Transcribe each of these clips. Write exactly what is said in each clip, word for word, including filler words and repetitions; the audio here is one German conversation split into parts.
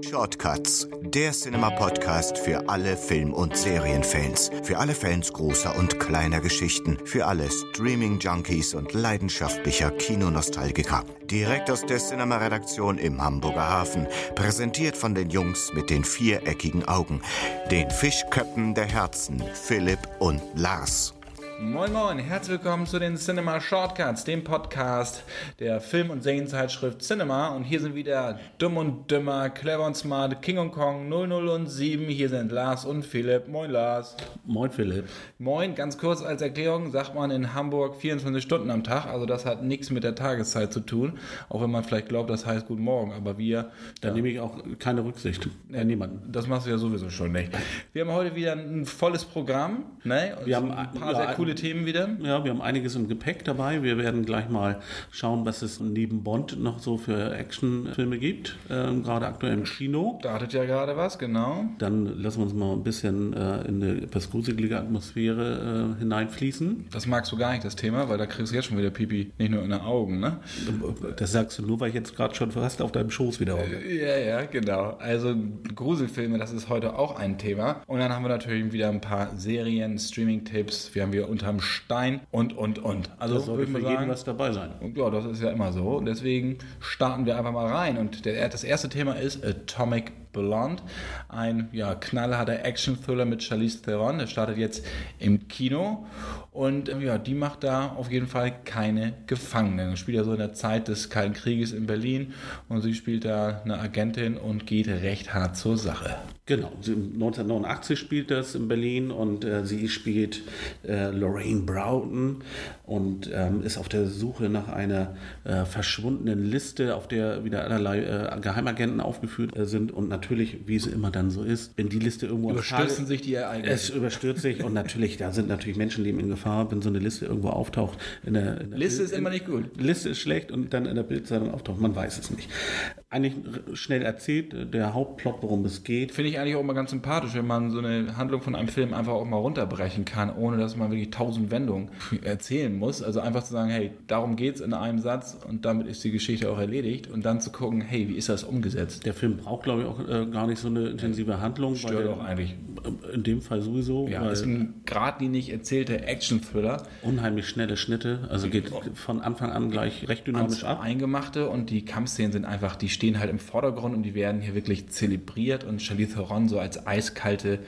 Shortcuts, der Cinema-Podcast für alle Film- und Serienfans, für alle Fans großer und kleiner Geschichten, für alle Streaming-Junkies und leidenschaftlicher Kinonostalgiker. Direkt aus der Cinema-Redaktion im Hamburger Hafen, präsentiert von den Jungs mit den viereckigen Augen, den Fischköppen der Herzen, Philipp und Lars. Moin Moin, herzlich willkommen zu den Cinema Shortcuts, dem Podcast der Film- und Serienzeitschrift Cinema. Und hier sind wieder Dumm und Dümmer, Clever und Smart, King und Kong, null null und sieben. Hier sind Lars und Philipp. Moin Lars. Moin Philipp. Moin, ganz kurz als Erklärung, sagt man in Hamburg vierundzwanzig Stunden am Tag. Also das hat nichts mit der Tageszeit zu tun. Auch wenn man vielleicht glaubt, das heißt Guten Morgen. Aber wir... Da ja. nehme ich auch keine Rücksicht bei niemanden. Das machst du ja sowieso schon nicht. Wir haben heute wieder ein volles Programm. Ne? Wir haben ein paar ja, sehr coole Themen wieder. Ja, wir haben einiges im Gepäck dabei. Wir werden gleich mal schauen, was es neben Bond noch so für Actionfilme gibt, ähm, gerade aktuell im Kino. Startet ja gerade was, genau. Dann lassen wir uns mal ein bisschen äh, in eine etwas gruselige Atmosphäre äh, hineinfließen. Das magst du gar nicht, das Thema, weil da kriegst du jetzt schon wieder Pipi, nicht nur in den Augen, ne? Das sagst du nur, weil ich jetzt gerade schon fast auf deinem Schoß wieder hocke. Ja, ja, genau. Also Gruselfilme, das ist heute auch ein Thema. Und dann haben wir natürlich wieder ein paar Serien, Streaming-Tipps. Wir haben wieder unterm Stein und, und, und. Also das sollte für jeden was dabei sein. Ja, das ist ja immer so. Und deswegen starten wir einfach mal rein. Und der, das erste Thema ist Atomic Blonde, ein ja, knallharter Action-Thriller mit Charlize Theron. Der startet jetzt im Kino und ja, die macht da auf jeden Fall keine Gefangenen. Spielt ja so in der Zeit des Kalten Krieges in Berlin und sie spielt da eine Agentin und geht recht hart zur Sache. Genau, neunzehnhundertneunundachtzig spielt das in Berlin und äh, sie spielt äh, Lorraine Broughton und ähm, ist auf der Suche nach einer äh, verschwundenen Liste, auf der wieder allerlei äh, Geheimagenten aufgeführt äh, sind und natürlich, wie es immer dann so ist, wenn die Liste irgendwo... Überstürzen sich die Ereignisse. Es überstürzt sich und natürlich, da sind natürlich Menschenleben in Gefahr, wenn so eine Liste irgendwo auftaucht. In der, in der Liste Bild, ist immer nicht gut. Liste ist schlecht und dann in der Bildzeitung auftaucht, man weiß es nicht. Eigentlich schnell erzählt, der Hauptplot, worum es geht. Finde ich eigentlich auch immer ganz sympathisch, wenn man so eine Handlung von einem Film einfach auch mal runterbrechen kann, ohne dass man wirklich tausend Wendungen erzählen muss. Also einfach zu sagen, hey, darum geht's in einem Satz und damit ist die Geschichte auch erledigt und dann zu gucken, hey, wie ist das umgesetzt? Der Film braucht, glaube ich, auch äh, gar nicht so eine intensive Handlung. Stört auch eigentlich. In dem Fall sowieso. Ja, weil ist ein geradlinig erzählter Action-Thriller. Unheimlich schnelle Schnitte, also geht von Anfang an gleich recht dynamisch ab. Eingemachte und die Kampfszenen sind einfach, die stehen halt im Vordergrund und die werden hier wirklich zelebriert und Charlize Theron so als eiskalte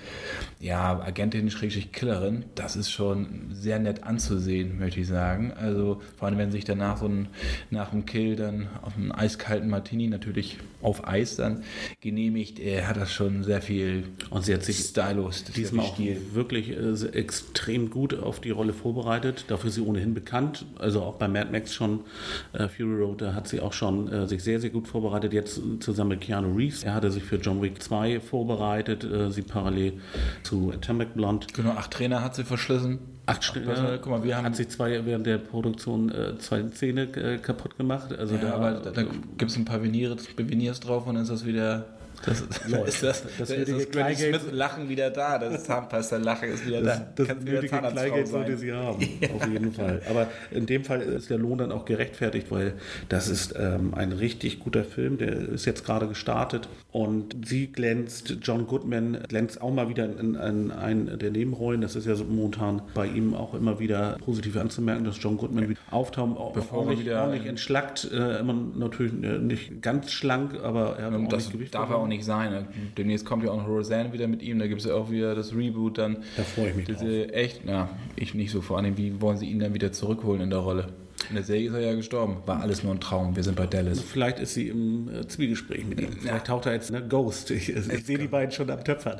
ja, Agentin, Schrägstrich Killerin, das ist schon sehr nett anzusehen, möchte ich sagen. Also vor allem, wenn sich danach so ein, nach dem Kill dann auf einen eiskalten Martini, natürlich auf Eis dann genehmigt, er hat das schon sehr viel und sie hat sich stylos, diesmal auch wirklich äh, extrem gut auf die Rolle vorbereitet. Dafür ist sie ohnehin bekannt. Also auch bei Mad Max schon, äh, Fury Road, da hat sie auch schon äh, sich sehr, sehr gut vorbereitet. Jetzt zusammen mit Keanu Reeves. Er hatte sich für John Wick zwei vorbereitet, äh, sie parallel zu Atomic Blonde. Genau, acht Trainer hat sie verschlissen. Acht Trainer, guck mal, wir haben hat sich zwei während der Produktion äh, zwei Zähne äh, kaputt gemacht. Also ja, da, aber da, da gibt es ein paar Veneers, Veneers drauf und dann ist das wieder... Das, das, ist das, das, das ist das Granny Smith-Lachen wieder da, das Zahnpasta-Lachen ist wieder das, da. Das, das nötige Kleingeld sollte sie haben, ja. Auf jeden Fall. Aber in dem Fall ist der Lohn dann auch gerechtfertigt, weil das ist ähm, ein richtig guter Film, der ist jetzt gerade gestartet und sie glänzt, John Goodman glänzt auch mal wieder in, in einen der Nebenrollen, das ist ja so momentan bei ihm auch immer wieder positiv anzumerken, dass John Goodman wieder auftaucht, bevor ordentlich, wieder ordentlich entschlackt, äh, immer natürlich nicht ganz schlank, aber er hat auch das Gewicht. Darf er auch nicht sein. Demnächst kommt ja auch noch Roseanne wieder mit ihm, da gibt es ja auch wieder das Reboot dann. Da freue ich mich diese drauf. Echt, na, ich nicht so, vor allem, wie wollen sie ihn dann wieder zurückholen in der Rolle? In der Serie ist er ja gestorben. War alles nur ein Traum. Wir sind bei Dallas. Vielleicht ist sie im äh, Zwiegespräch mit ihm. Ja. Vielleicht taucht er jetzt eine Ghost. Ich, ich sehe die beiden schon am Töpfern.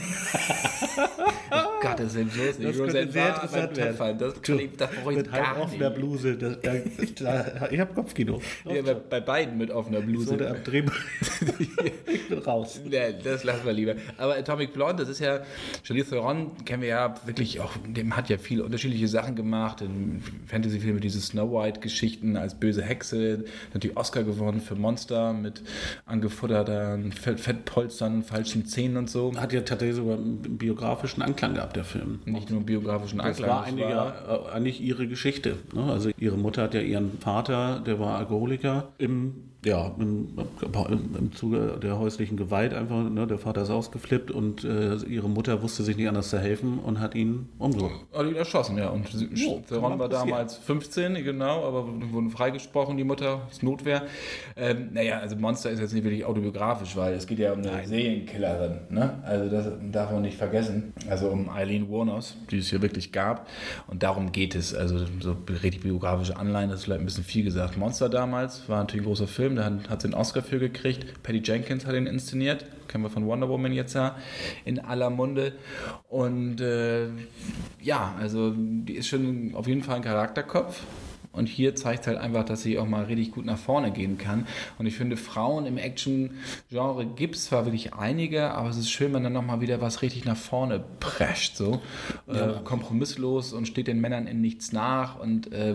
Oh Gott, das ist denn bloß nicht. Das könnte sehr interessant werden. Das, kann ich, das brauche ich mit gar halb offener nicht. Bluse. Das, da, da, ich habe Kopfkino. Ja, bei, bei beiden mit offener Bluse. So der am Dreh. Ich bin raus. Ja, das lassen wir lieber. Aber Atomic Blonde, das ist ja, Charlize Theron kennen wir ja wirklich auch, dem hat ja viele unterschiedliche Sachen gemacht. In Fantasy-Filme, diese Snow White-Geschichten als böse Hexe, natürlich Oscar gewonnen für Monster mit angefutterten Fettpolstern, falschen Zähnen und so. Hat ja tatsächlich sogar einen biografischen Anklang gehabt, der Film. Nicht nur einen biografischen Anklang. Das war, das war eigentlich ihre Geschichte. Ne? Also ihre Mutter hat ja ihren Vater, der war Alkoholiker, im ja, im, im Zuge der häuslichen Gewalt einfach, ne, der Vater ist ausgeflippt und äh, ihre Mutter wusste sich nicht anders zu helfen und hat ihn umgebracht. Hat ihn erschossen, ja. Und oh, Theron war damals fünfzehn, genau, aber wurden freigesprochen, die Mutter, ist Notwehr. Ähm, naja, also Monster ist jetzt nicht wirklich autobiografisch, weil es geht ja um eine Nein. Serienkillerin, ne? Also das darf man nicht vergessen. Also um Eileen Wuornos, die es hier wirklich gab. Und darum geht es. Also so richtig biografische Anleihen, das ist vielleicht ein bisschen viel gesagt. Monster damals war natürlich ein großer Film, da hat, hat sie einen Oscar für gekriegt. Patty Jenkins hat ihn inszeniert, kennen wir von Wonder Woman jetzt ja in aller Munde. Und äh, ja, also die ist schon auf jeden Fall ein Charakterkopf. Und hier zeigt halt einfach, dass sie auch mal richtig gut nach vorne gehen kann. Und ich finde, Frauen im Action-Genre gibt es zwar wirklich einige, aber es ist schön, wenn dann nochmal wieder was richtig nach vorne prescht. So. Ja. Äh, kompromisslos und steht den Männern in nichts nach. Und äh,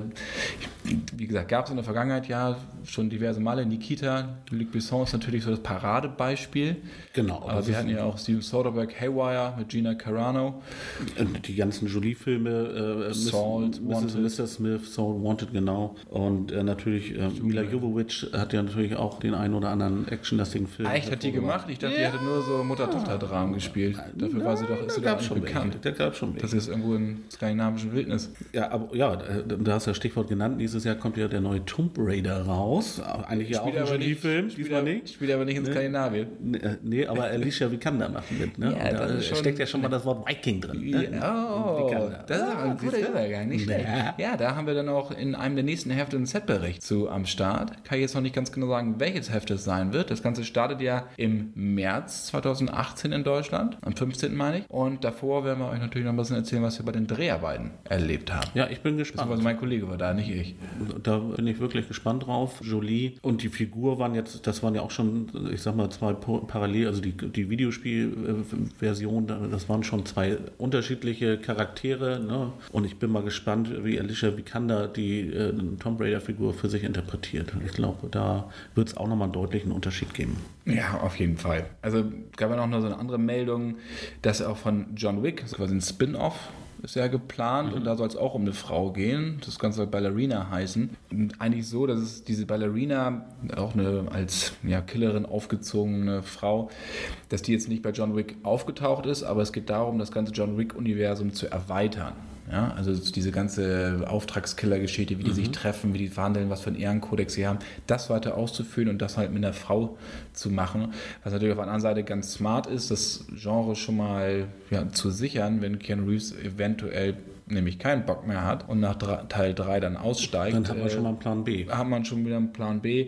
wie gesagt, gab es in der Vergangenheit ja schon diverse Male. Nikita, Luc Besson ist natürlich so das Paradebeispiel. Genau. Aber, aber wir hatten ja auch Steven Soderbergh, Haywire mit Gina Carano. Die ganzen Jolie-Filme. Äh, Salt, Wanted. Mister Smith, Salt, Wanted. Genau. Und äh, natürlich, äh, Mila Jovovich hat ja natürlich auch den einen oder anderen actionlastigen Film. Ah, echt, hat die gemacht? Ich dachte, ja. die hätte nur so Mutter-Tochter-Dramen gespielt. Dafür Na, war sie doch, ist sie doch schon bekannt. Der gab schon Das ist irgendwo in skandinavischen Wildnis. Ja, aber ja, da hast du das Stichwort genannt. Dieses Jahr kommt ja der neue Tomb Raider raus. Eigentlich ja auch ein Jolie-Film. Spielt aber nicht. Spielt aber nicht in Skandinavien. Nee, nee, aber Alicia Vikander macht mit. Ne? Ja, da schon steckt ja schon mal das Wort Viking drin. Ne? Oh, Vikander. Das ist aber ein guter Übergang, nicht schlecht. Ja. ja, da haben wir dann auch in einem der nächsten Hefte einen Setbericht zu am Start. Kann ich jetzt noch nicht ganz genau sagen, welches Heft es sein wird. Das Ganze startet ja im März zweitausendachtzehn in Deutschland, am fünfzehnten meine ich. Und davor werden wir euch natürlich noch ein bisschen erzählen, was wir bei den Dreharbeiten erlebt haben. Ja, ich bin gespannt. Also mein Kollege war da, nicht ich. Da bin ich wirklich gespannt drauf. Jolie und die Figur waren jetzt, das waren ja auch schon, ich sag mal, zwei parallel, also die, die Videospielversion, das waren schon zwei unterschiedliche Charaktere. Ne? Und ich bin mal gespannt, wie Alicia Vikander die äh, Tomb Raider-Figur für sich interpretiert. Ich glaube, da wird es auch nochmal einen deutlichen Unterschied geben. Ja, auf jeden Fall. Also gab ja noch so eine andere Meldung, dass auch von John Wick, das ist quasi ein Spin-off, ist ja geplant mhm. und da soll es auch um eine Frau gehen. Das Ganze soll Ballerina heißen. Und eigentlich so, dass es diese Ballerina, auch eine als ja, Killerin aufgezogene Frau, dass die jetzt nicht bei John Wick aufgetaucht ist, aber es geht darum, das ganze John Wick-Universum zu erweitern. Ja, also diese ganze Auftragskiller-Geschichte, wie die mhm. sich treffen, wie die verhandeln, was für einen Ehrenkodex sie haben, das weiter auszuführen und das halt mit einer Frau zu machen. Was natürlich auf der anderen Seite ganz smart ist, das Genre schon mal ja, zu sichern, wenn Keanu Reeves eventuell nämlich keinen Bock mehr hat und nach drei, Teil drei dann aussteigt. Dann hat man äh, schon mal einen Plan B. Hat man schon wieder einen Plan B,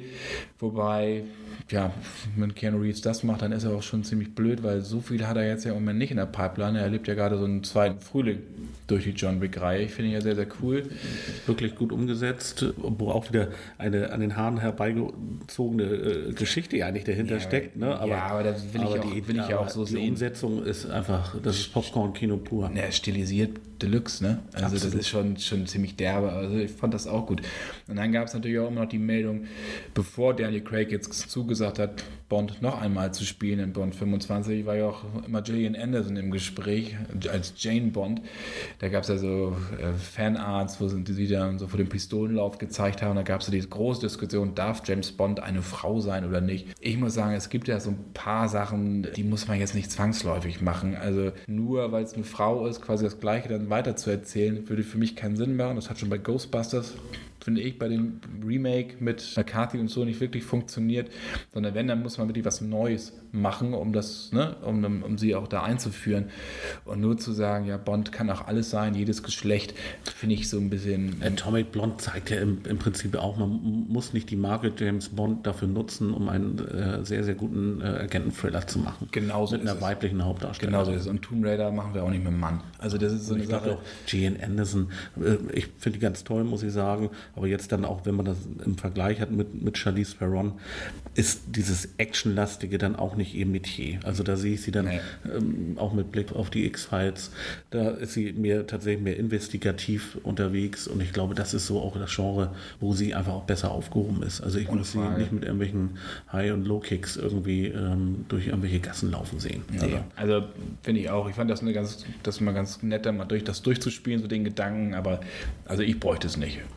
wobei, ja, wenn Keanu Reeves das macht, dann ist er auch schon ziemlich blöd, weil so viel hat er jetzt ja im Moment nicht in der Pipeline. Er erlebt ja gerade so einen zweiten Frühling durch die John Wick-Reihe. Ich finde ihn ja sehr, sehr cool. Wirklich gut umgesetzt, wo auch wieder eine an den Haaren herbeigezogene äh, Geschichte ja nicht dahinter ja, steckt. Ne? Aber, ja, aber das will ich, auch, die, will ich ja auch so die sehen. Die Umsetzung ist einfach, das ist Popcorn-Kino pur. Ja, stilisiert Deluxe, ne? Also Absolut. Das ist schon, schon ziemlich derbe. Also ich fand das auch gut. Und dann gab es natürlich auch immer noch die Meldung, bevor Daniel Craig jetzt zugesagt hat, Bond noch einmal zu spielen in Bond fünfundzwanzig, war ja auch immer Gillian Anderson im Gespräch als Jane Bond. Da gab es ja so äh, Fanarts, wo sie die dann so vor dem Pistolenlauf gezeigt haben. Da gab es so diese große Diskussion, darf James Bond eine Frau sein oder nicht? Ich muss sagen, es gibt ja so ein paar Sachen, die muss man jetzt nicht zwangsläufig machen. Also nur, weil es eine Frau ist, quasi das Gleiche dann weiter zu erzählen, würde für mich keinen Sinn machen. Das hat schon bei Ghostbusters, finde ich, bei dem Remake mit McCarthy und so nicht wirklich funktioniert, sondern wenn, dann muss man wirklich was Neues machen, um das, ne, um, um sie auch da einzuführen. Und nur zu sagen, ja, Bond kann auch alles sein, jedes Geschlecht, finde ich so ein bisschen... Atomic Blonde zeigt ja im, im Prinzip auch, man muss nicht die Marke James Bond dafür nutzen, um einen äh, sehr, sehr guten äh, Agenten-Thriller zu machen. Genauso mit einer es. weiblichen Hauptdarstellerin. Genauso ist es. Und Tomb Raider machen wir auch nicht mit einem Mann. Also das ist so eine Sache... Gillian Anderson, äh, ich finde die ganz toll, muss ich sagen, aber jetzt dann auch, wenn man das im Vergleich hat mit, mit Charlize Theron, ist dieses Actionlastige dann auch nicht ihr Metier. Also da sehe ich sie dann nee. ähm, auch mit Blick auf die X-Files, da ist sie mehr tatsächlich mehr investigativ unterwegs und ich glaube, das ist so auch das Genre, wo sie einfach auch besser aufgehoben ist. Also ich Ohne muss Frage. sie nicht mit irgendwelchen High- und Low-Kicks irgendwie ähm, durch irgendwelche Gassen laufen sehen. Nee. Also, also finde ich auch. Ich fand das eine ganz, das mal ganz nett, mal durch das durchzuspielen, so den Gedanken, aber also ich bräuchte es nicht.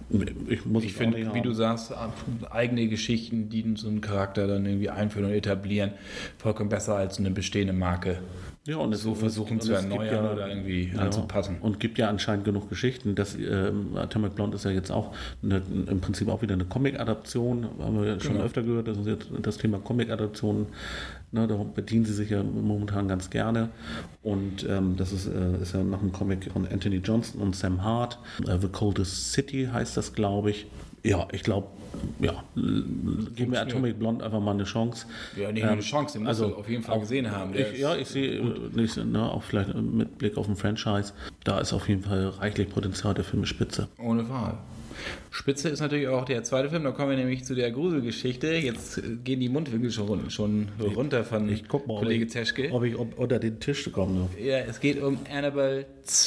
ich muss Ich finde, wie du sagst, eigene Geschichten, die so einen Charakter dann irgendwie einführen und etablieren, vollkommen besser als eine bestehende Marke. Ja, und es so versuchen zu erneuern ja, oder irgendwie ja, anzupassen. Und gibt ja anscheinend genug Geschichten. Das ähm, Atomic Blonde ist ja jetzt auch eine, im Prinzip auch wieder eine Comic-Adaption. Haben wir ja schon genau. öfter gehört, das ist jetzt das Thema Comic-Adaptionen. Ne, da bedienen sie sich ja momentan ganz gerne. Und ähm, das ist, äh, ist ja noch ein Comic von Anthony Johnston und Sam Hart. Äh, The Coldest City heißt das, glaube ich. Ja, ich glaube, ja, geben wir Atomic Blonde einfach mal eine Chance. Ja, nicht nur eine Chance, den also, musst du auf jeden Fall auch, gesehen haben. Ich, ja, ich sehe, nicht, ne, auch vielleicht mit Blick auf den Franchise, da ist auf jeden Fall reichlich Potenzial, der Film ist spitze. Ohne Wahl. Spitze ist natürlich auch der zweite Film, da kommen wir nämlich zu der Gruselgeschichte. Jetzt gehen die Mundwinkel schon, schon runter von ich guck mal, Kollege ob ich, Zeschke. Ob ich ob, unter den Tisch komme. Ja, es geht um Annabelle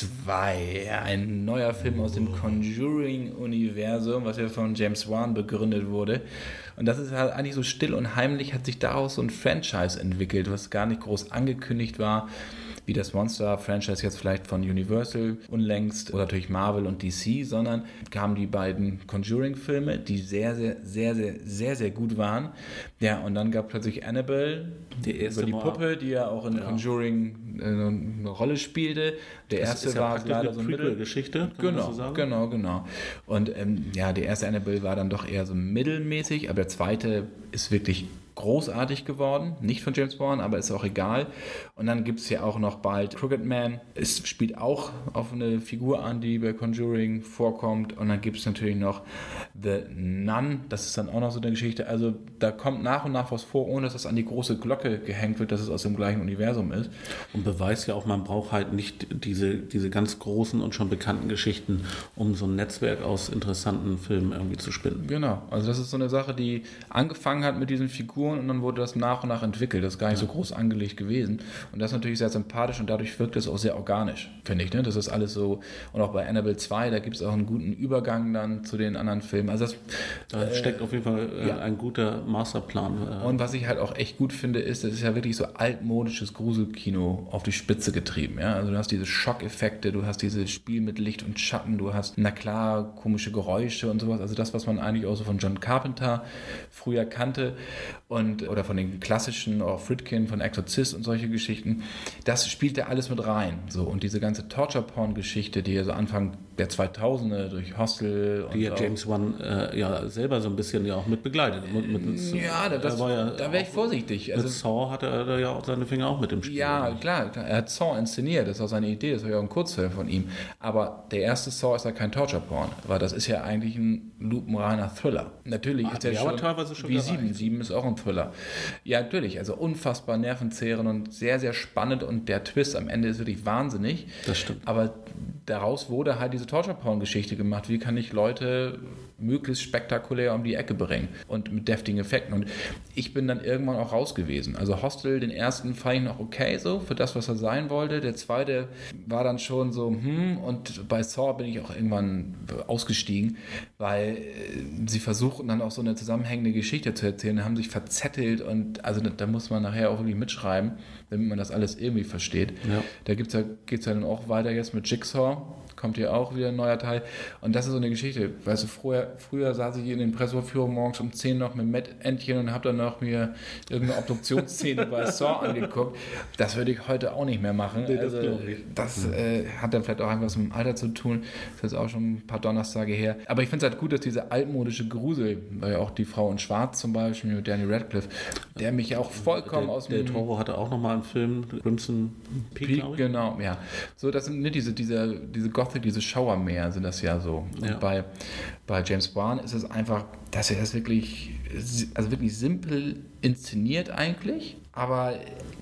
zwei, ein neuer Film aus dem Conjuring-Universum, was ja von James Wan begründet wurde. Und das ist halt eigentlich so still und heimlich, hat sich daraus so ein Franchise entwickelt, was gar nicht groß angekündigt war, wie das Monster-Franchise jetzt vielleicht von Universal unlängst oder natürlich Marvel und D C, sondern kamen die beiden Conjuring-Filme, die sehr, sehr, sehr, sehr, sehr, sehr gut waren. Ja, und dann gab plötzlich Annabelle, die erste über die Puppe, die ja auch in ja. Conjuring äh, eine Rolle spielte. Der das erste ist ja war leider so eine Mittelgeschichte. Genau, so genau, genau. Und ähm, ja, der erste Annabelle war dann doch eher so mittelmäßig, aber der zweite ist wirklich großartig geworden, nicht von James Wan, aber ist auch egal. Und dann gibt es ja auch noch bald Crooked Man. Es spielt auch auf eine Figur an, die bei Conjuring vorkommt. Und dann gibt es natürlich noch The Nun. Das ist dann auch noch so eine Geschichte. Also da kommt nach und nach was vor, ohne dass das an die große Glocke gehängt wird, dass es aus dem gleichen Universum ist. Und beweist ja auch, man braucht halt nicht diese, diese ganz großen und schon bekannten Geschichten, um so ein Netzwerk aus interessanten Filmen irgendwie zu spinnen. Genau. Also das ist so eine Sache, die angefangen hat mit diesen Figuren und dann wurde das nach und nach entwickelt. Das ist gar nicht ja. so groß angelegt gewesen. Und das ist natürlich sehr sympathisch und dadurch wirkt es auch sehr organisch, finde ich. Ne? Das ist alles so, und auch bei Annabelle zwei, da gibt es auch einen guten Übergang dann zu den anderen Filmen. Also das da äh, steckt auf jeden Fall äh, ja. ein guter Masterplan. Äh. Und was ich halt auch echt gut finde, ist, das ist ja wirklich so altmodisches Gruselkino auf die Spitze getrieben. Ja? Also du hast diese Schockeffekte, du hast dieses Spiel mit Licht und Schatten, du hast, na klar, komische Geräusche und sowas. Also das, was man eigentlich auch so von John Carpenter früher kannte. Und, oder von den klassischen, auch Friedkin von Exorzist und solche Geschichten, das spielt ja alles mit rein. So. Und diese ganze Torture-Porn-Geschichte, die ja so Anfang der zweitausender durch Hostel und die ja James Wan äh, ja selber so ein bisschen ja auch mit begleitet. Mit, mit, ja, das, war ja, da wäre ich vorsichtig. Also, mit Saw hatte er da ja auch seine Finger auch mit im Spiel. Ja, klar, klar, er hat Saw inszeniert, das war seine Idee, das war ja auch ein Kurzfilm von ihm. Aber der erste Saw ist ja kein Torture-Porn, weil das ist ja eigentlich ein lupenreiner Thriller. Natürlich Ach, ist der ja, schon, aber teilweise schon wie sieben. sieben ist auch ein Thriller. Ja, natürlich, also unfassbar nervenzehrend und sehr, sehr spannend und der Twist am Ende ist wirklich wahnsinnig. Das stimmt. Aber daraus wurde halt diese Torture-Porn-Geschichte gemacht. Wie kann ich Leute möglichst spektakulär um die Ecke bringen und mit deftigen Effekten. Und ich bin dann irgendwann auch raus gewesen. Also Hostel, den ersten fand ich noch okay so, für das, was er sein wollte. Der zweite war dann schon so, hm, und bei Saw bin ich auch irgendwann ausgestiegen, weil äh, sie versuchten dann auch so eine zusammenhängende Geschichte zu erzählen, haben sich verzettelt und also da muss man nachher auch wirklich mitschreiben, damit man das alles irgendwie versteht. Ja. Da gibt's ja, geht es ja dann auch weiter jetzt mit Jigsaw. Kommt hier auch wieder ein neuer Teil. Und das ist so eine Geschichte. Weißt du, früher, früher saß ich in den Pressevorführungen morgens um zehn noch mit Matt Entchen und habe dann noch mir irgendeine Obduktionsszene bei Saw angeguckt. Das würde ich heute auch nicht mehr machen. Nee, das also, das äh, hat dann vielleicht auch irgendwas mit dem Alter zu tun. Das ist auch schon ein paar Donnerstage her. Aber ich finde es halt gut, dass diese altmodische Grusel, weil ja auch die Frau in Schwarz zum Beispiel mit Danny Radcliffe, der mich auch vollkommen der, aus dem... Der Toro hatte auch nochmal einen Film, Crimson Peak, Peak genau, ja. So, das sind ne, diese, diese, diese Gothic, diese Schauermeer sind das ja so. Und ja. bei, bei James Wan ist es einfach, dass er das wirklich, also wirklich simpel inszeniert eigentlich, aber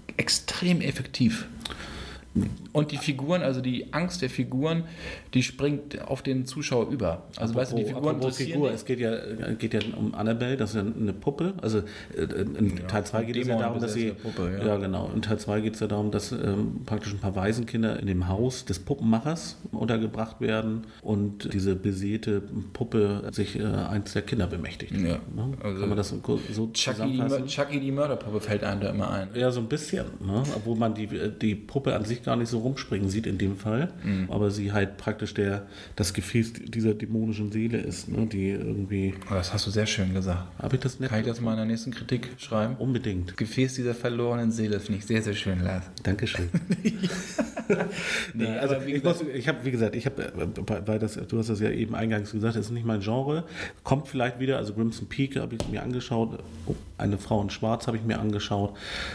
extrem effektiv. Und die Figuren, also die Angst der Figuren, die springt auf den Zuschauer über. Also apropos, weißt du, die Figuren interessieren Figur, es geht ja, geht ja um Annabelle, das ist ja eine Puppe. Also in ja, Teil zwei geht es ja darum, dass sie... Puppe, ja. ja, genau. In Teil zwei geht es ja darum, dass ähm, praktisch ein paar Waisenkinder in dem Haus des Puppenmachers untergebracht werden und diese besäte Puppe sich äh, eins der Kinder bemächtigt. Ja. Ne? Also kann man das so, so Chucky die, Chucky die Mörderpuppe fällt einem da immer ein. Ja, so ein bisschen. Ne? Obwohl man die, die Puppe an sich gar nicht so rumspringen sieht in dem Fall, mhm. aber sie halt praktisch der, das Gefäß dieser dämonischen Seele ist, ne, die irgendwie... Das hast du sehr schön gesagt. Habe ich das nicht? Kann ich das mal in der nächsten Kritik schreiben? Unbedingt. Das Gefäß dieser verlorenen Seele, finde ich sehr, sehr schön, Lars. Dankeschön. nee, also ich, muss, ich habe, wie gesagt, ich habe, weil das, du hast das ja eben eingangs gesagt, das ist nicht mein Genre, kommt vielleicht wieder, also Crimson Peak habe ich mir angeschaut, Eine Frau in Schwarz habe ich mir angeschaut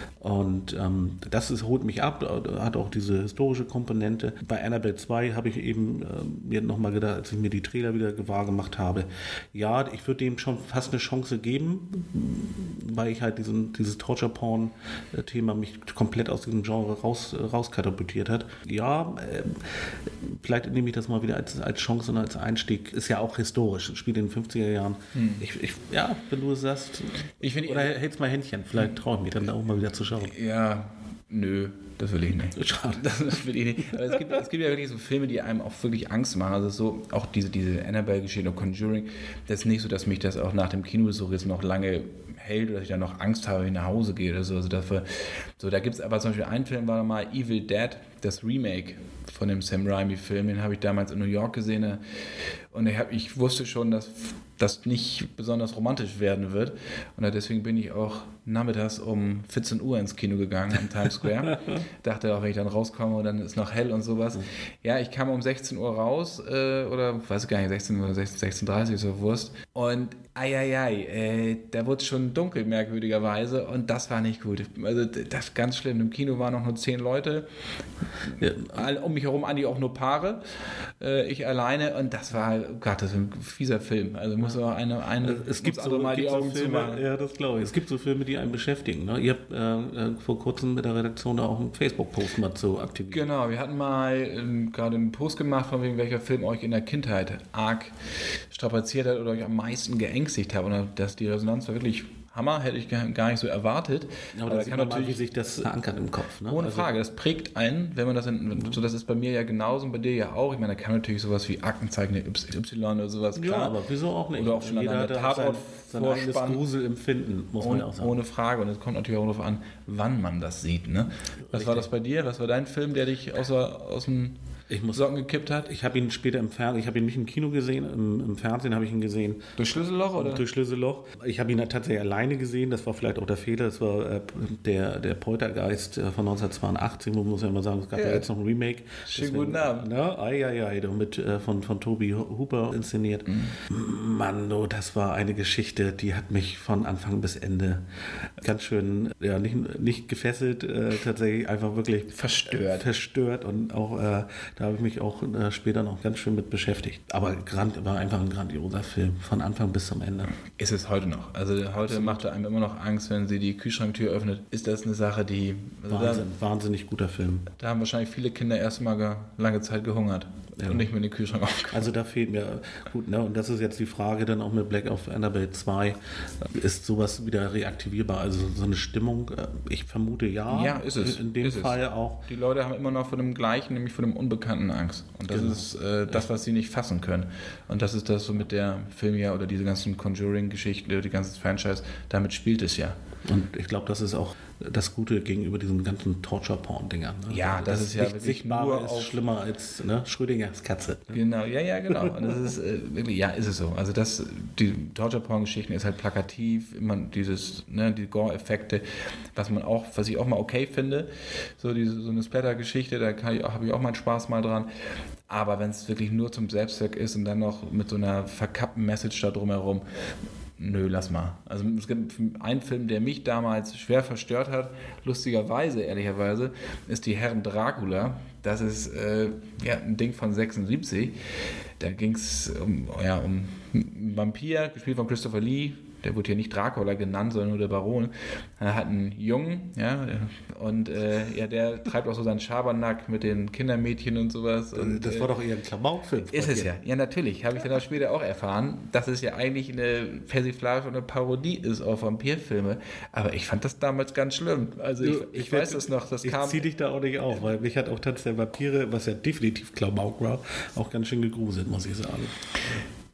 und ähm, das ist, holt mich ab, hat auch diese historische Komponente. Bei Annabelle zwei habe ich eben äh, mir nochmal gedacht, als ich mir die Trailer wieder gewahr gemacht habe, ja, ich würde dem schon fast eine Chance geben, weil ich halt diesen, dieses Torture-Porn-Thema mich komplett aus diesem Genre raus, rauskatapultiert hat. Ja, äh, vielleicht nehme ich das mal wieder als, als Chance und als Einstieg. Ist ja auch historisch, spielt in den fünfziger Jahren. Hm. Ich, ich, ja, wenn du es sagst, ich find, oder hältst mal Händchen, vielleicht traue ich mich dann auch mal wieder zu schauen. Ja, nö, das will ich nicht. Schade. Das will ich nicht. Aber es gibt, es gibt ja wirklich so Filme, die einem auch wirklich Angst machen. Also so, auch diese, diese Annabelle-Geschichte und Conjuring, das ist nicht so, dass mich das auch nach dem Kinobesuch jetzt noch lange hält oder dass ich dann noch Angst habe, wenn ich nach Hause gehe oder so. Also dafür, so da gibt es aber zum Beispiel einen Film, war mal Evil Dead, das Remake von dem Sam Raimi-Film, den habe ich damals in New York gesehen und ich, hab, ich wusste schon, dass das nicht besonders romantisch werden wird und deswegen bin ich auch nachmittags um vierzehn Uhr ins Kino gegangen am Times Square. Dachte auch, wenn ich dann rauskomme und dann ist noch hell und sowas. Ja, ich kam um sechzehn Uhr raus äh, oder weiß ich gar nicht, sechzehn Uhr, sechzehn Uhr dreißig, so Wurst. Und eieiei, äh, da wurde es schon dunkel, merkwürdigerweise, und das war nicht gut. Also das ist ganz schlimm. Im Kino waren noch nur zehn Leute. Ja, um mich herum eigentlich auch nur Paare. Äh, ich alleine und das war, Gott, das ist ein fieser Film. Also muss auch eine, eine es gibt so, mal die Augen so Filme, zumachen. Ja, das glaube ich. Es gibt so Filme, die einen beschäftigen. Ne? Ihr habt äh, vor kurzem mit der Redaktion da auch einen Facebook-Post mal zu aktiviert. Genau, wir hatten mal äh, gerade einen Post gemacht, von wegen welcher Film euch in der Kindheit arg strapaziert hat oder euch am meisten geängstigt hat. Und dass die Resonanz war wirklich Hammer, hätte ich gar nicht so erwartet. Aber, aber da sieht man mal, wie sich das verankert im Kopf. Ne? Ohne also Frage, das prägt einen, wenn man das, in, so das ist bei mir ja genauso und bei dir ja auch. Ich meine, da kann natürlich sowas wie Aktenzeichen Y oder sowas, klar. Ja, aber wieso auch nicht? Oder auch schon an der Tatort sein eigenes Gruselempfinden, muss man ohne, ja auch sagen. Ohne Frage. Und es kommt natürlich auch darauf an, wann man das sieht. Ne? Was Richtig. War das bei dir? Was war dein Film, der dich außer, aus dem Ich muss Socken gekippt hat? Ich habe ihn später im Fernsehen, ich habe ihn nicht im Kino gesehen, im, im Fernsehen habe ich ihn gesehen. Durch Schlüsselloch, oder? Durch Schlüsselloch. Ich habe ihn tatsächlich alleine gesehen, das war vielleicht auch der Fehler, das war äh, der, der Poltergeist von neunzehnhundertzweiundachtzig, man muss ja immer sagen, es gab ja, ja jetzt noch ein Remake. Schönen guten Abend. Ne? Ai, ai, ai, mit, äh, von, von Toby Hooper inszeniert. Mhm. Mann, oh, das war eine Geschichte, die hat mich von Anfang bis Ende ganz schön, ja, nicht, nicht gefesselt, äh, tatsächlich einfach wirklich verstört. Äh, verstört und auch äh, da habe ich mich auch äh, später noch ganz schön mit beschäftigt. Aber Grand, war einfach ein grandioser Film, von Anfang bis zum Ende. Ist es heute noch. Also heute Absolut. Macht er einem immer noch Angst, wenn sie die Kühlschranktür öffnet. Ist das eine Sache, die... Also Wahnsinn, da, wahnsinnig guter Film. Da haben wahrscheinlich viele Kinder erstmal lange Zeit gehungert. Ja. Und nicht mehr in den Kühlschrank aufgemacht. Also da fehlt mir... Gut, ne, und das ist jetzt die Frage dann auch mit Black of Annabelle zwei. Ist sowas wieder reaktivierbar? Also so eine Stimmung, ich vermute ja. Ja, ist es. In dem ist Fall es. auch. Die Leute haben immer noch vor dem Gleichen, nämlich vor dem Unbekannten Angst. Und das genau. ist äh, das, was sie nicht fassen können. Und das ist das, so mit der Film ja oder diese ganzen Conjuring-Geschichten, die ganzen Franchise, damit spielt es ja. Und ich glaube, das ist auch das Gute gegenüber diesen ganzen Torture-Porn-Dingern. Ne? Ja, das, das ist ja wirklich sichtbar nur ist schlimmer als ne? Schrödingers Katze. Ne? Genau, ja, ja, genau. Und das ist äh, wirklich, ja, ist es so. Also das, die Torture-Porn-Geschichten ist halt plakativ, immer dieses, ne, die Gore-Effekte, was man auch, was ich auch mal okay finde, so diese so eine Splatter-Geschichte, da habe ich auch meinen Spaß mal dran. Aber wenn es wirklich nur zum Selbstzweck ist und dann noch mit so einer verkappten Message da drumherum, nö, lass mal. Also es gibt einen Film, der mich damals schwer verstört hat, lustigerweise, ehrlicherweise, ist Die Herren Dracula. Das ist äh, ja, ein Ding von sechsundsiebzig. Da ging es um, ja, um einen Vampir, gespielt von Christopher Lee. Der wurde hier nicht Dracula genannt, sondern nur der Baron. Er hat einen Jungen, ja, und äh, ja, der treibt auch so seinen Schabernack mit den Kindermädchen und sowas. Und, das war doch eher ein Klamaukfilm. Ist es ja, ja natürlich, habe ich dann auch später auch erfahren, dass es ja eigentlich eine Persiflage und eine Parodie ist auf Vampirfilme. Aber ich fand das damals ganz schlimm. Also ich, ich, ich weiß das noch, das ich kam... Ich zieh dich da auch nicht auf, weil mich hat auch Tanz der Vampire, was ja definitiv Klamauk war, auch ganz schön gegruselt, muss ich sagen.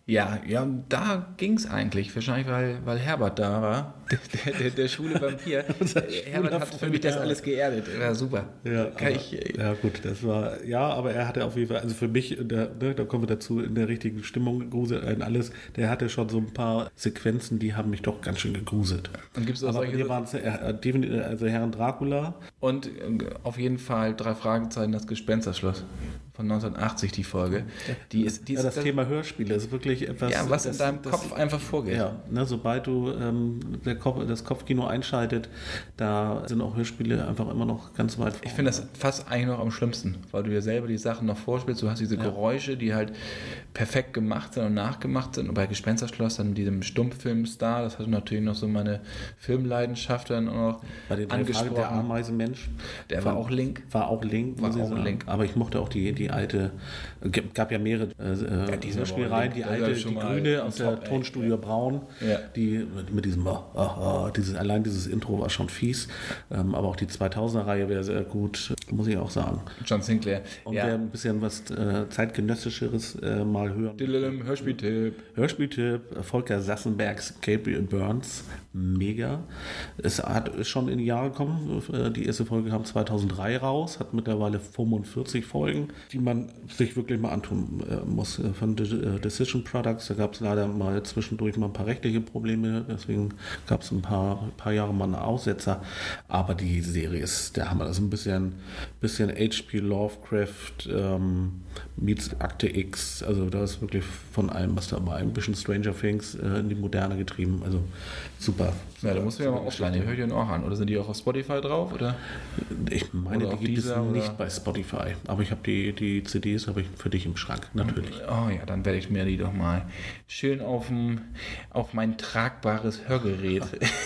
Ja, ja, und da ging es eigentlich. Wahrscheinlich, weil, weil Herbert da war. Der, der, der schwule Vampir. Herbert hat für mich das alles geerdet. Ja, super. Ja, Kann aber, ich, ja, gut, das war, ja, aber er hatte auf jeden Fall, also für mich, der, ne, da kommen wir dazu, in der richtigen Stimmung, Grusel, ein alles, der hatte schon so ein paar Sequenzen, die haben mich doch ganz schön gegruselt. Und gibt's auch aber solche, hier waren es, äh, also Herrn Dracula. Und äh, auf jeden Fall drei Fragezeichen, das Gespensterschloss. Von neunzehnhundertachtzig die Folge. Die ist, die ist ja, das, das Thema Hörspiele ist wirklich etwas... Ja, was das, in deinem das, Kopf einfach vorgeht. Ja, ne, sobald du ähm, der Kopf, das Kopfkino einschaltet, da sind auch Hörspiele einfach immer noch ganz weit vorne. Ich finde das fast eigentlich noch am schlimmsten, weil du dir selber die Sachen noch vorspielst. Du hast diese ja. Geräusche, die halt perfekt gemacht sind und nachgemacht sind. Und bei Gespensterschloss, dann diesem Stummfilm-Star, das hat natürlich noch so meine Filmleidenschaft dann auch noch bei den angesprochen. Der Ameisenmensch. Der war, war auch Link. War auch Link, war muss ich auch sagen. Link. Aber ich mochte auch die, die alte, gab ja mehrere äh, ja, Hörspielreihen, die alte, die grüne aus der Tonstudio Braun, ja. die mit, mit diesem, oh, oh, oh, dieses, allein dieses Intro war schon fies, ähm, aber auch die zweitausender-Reihe wäre sehr gut, muss ich auch sagen. John Sinclair. Und ja. wer ein bisschen was äh, zeitgenössischeres äh, mal hören. Dillalem, Hörspieltipp. Hörspieltipp, Volker Sassenbergs Gabriel Burns, mega. Es hat ist schon in die Jahre gekommen, die erste Folge kam zweitausenddrei raus, hat mittlerweile fünfundvierzig Folgen, die man sich wirklich mal antun äh, muss. Von De- Decision Products, da gab es leider mal zwischendurch mal ein paar rechtliche Probleme, deswegen gab es ein paar, paar Jahre mal einen Aussetzer, aber die Serie ist der Hammer. Das ist ein bisschen, bisschen H P Lovecraft ähm, meets Akte X, also da ist wirklich von allem was dabei. Ein bisschen Stranger Things äh, in die Moderne getrieben, also super. Ja, da musst du ja mal aufschlagen, die hört ihr auch an. Oder sind die auch auf Spotify drauf? Oder? Ich meine, oder die gibt es nicht bei Spotify. Aber ich habe die, die C Ds habe ich für dich im Schrank, natürlich. Oh ja, dann werde ich mir die doch mal schön auf, dem, auf mein tragbares Hörgerät,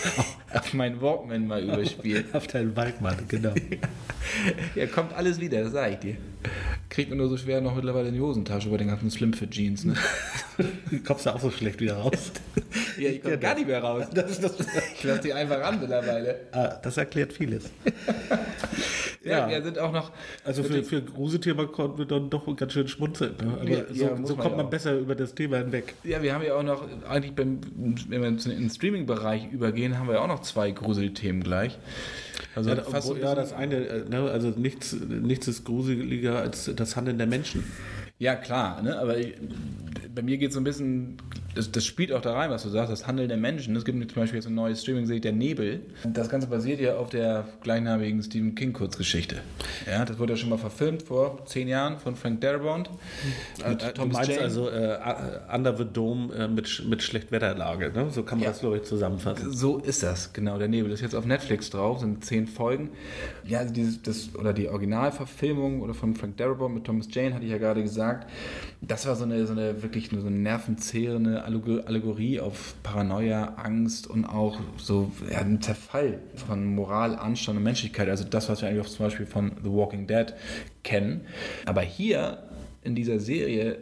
auf mein Walkman mal überspielen. Auf deinen Walkman, genau. Ja, kommt alles wieder, das sage ich dir. Kriegt man nur so schwer noch mittlerweile in die Hosentasche bei den ganzen Slim-Fit-Jeans. Ne? Kommst du auch so schlecht wieder raus? Ja, ich komme ja, gar nicht mehr raus. Das ist das. Ich lasse die einfach an mittlerweile. Ah, das erklärt vieles. Ja, ja, wir sind auch noch... Also für, für Gruselthema konnten wir dann doch ganz schön schmunzeln. Ne? Aber ja, so, ja, so kommt man auch besser über das Thema hinweg. Ja, wir haben ja auch noch, eigentlich beim, wenn wir in den Streaming-Bereich übergehen, haben wir ja auch noch zwei Gruselthemen gleich. Also ja, fast so ja, das eine, ne, also nichts, nichts ist gruseliger als das Handeln der Menschen. Ja, klar, ne? Aber ich, bei mir geht es so ein bisschen, das, das spielt auch da rein, was du sagst, das Handeln der Menschen. Es gibt zum Beispiel jetzt eine neue Streaming-Serie, Der Nebel. Das Ganze basiert ja auf der gleichnamigen Stephen King-Kurzgeschichte. Ja, das wurde ja schon mal verfilmt vor zehn Jahren von Frank Darabont. Mit äh, Thomas du meinst Jane. Also äh, Under the Dome äh, mit, mit Schlechtwetterlage, ne? So kann man ja. das, glaube ich, zusammenfassen. So ist das, genau. Der Nebel ist jetzt auf Netflix drauf, sind zehn Folgen. Ja, also dieses, das, oder die Originalverfilmung oder von Frank Darabont mit Thomas Jane, hatte ich ja gerade gesagt. Das war so eine, so eine wirklich nur so eine nervenzehrende Allegorie auf Paranoia, Angst und auch so ja, einen Zerfall von Moral, Anstand und Menschlichkeit. Also das, was wir eigentlich auch zum Beispiel von The Walking Dead kennen. Aber hier in dieser Serie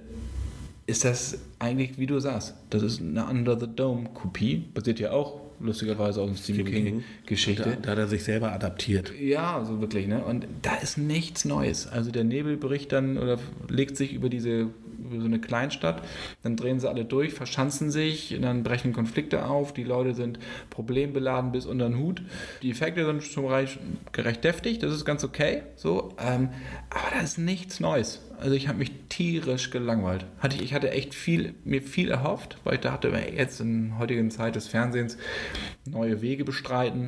ist das eigentlich, wie du sagst, das ist eine Under the Dome-Kopie. Basiert ja auch lustigerweise auf einer Stephen King-Geschichte. Da, da hat er sich selber adaptiert. Ja, so wirklich, ne? Und da ist nichts Neues. Also der Nebelbericht dann oder legt sich über diese über so eine Kleinstadt, dann drehen sie alle durch, verschanzen sich, dann brechen Konflikte auf, die Leute sind problembeladen bis unter den Hut. Die Effekte sind schon recht, recht deftig, das ist ganz okay, so, ähm, aber da ist nichts Neues. Also ich habe mich tierisch gelangweilt. Hatte ich, ich hatte echt viel, mir viel erhofft, weil ich dachte, jetzt in heutigen Zeit des Fernsehens neue Wege bestreiten.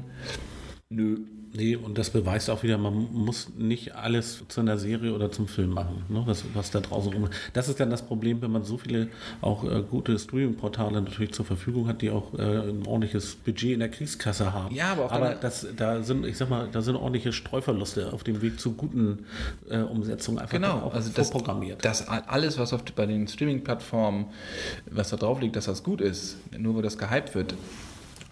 Nö. Nee, und das beweist auch wieder, man muss nicht alles zu einer Serie oder zum Film machen, ne? was, was da draußen rum. Das ist dann das Problem, wenn man so viele auch äh, gute Streaming-Portale natürlich zur Verfügung hat, die auch äh, ein ordentliches Budget in der Kriegskasse haben. Ja, aber, aber das, da sind, ich sag mal, da sind ordentliche Streuverluste auf dem Weg zu guten äh, Umsetzungen einfach genau, auch also vorprogrammiert. Das, das alles, was auf, bei den Streaming-Plattformen, was da drauf liegt, dass das gut ist, nur weil das gehypt wird,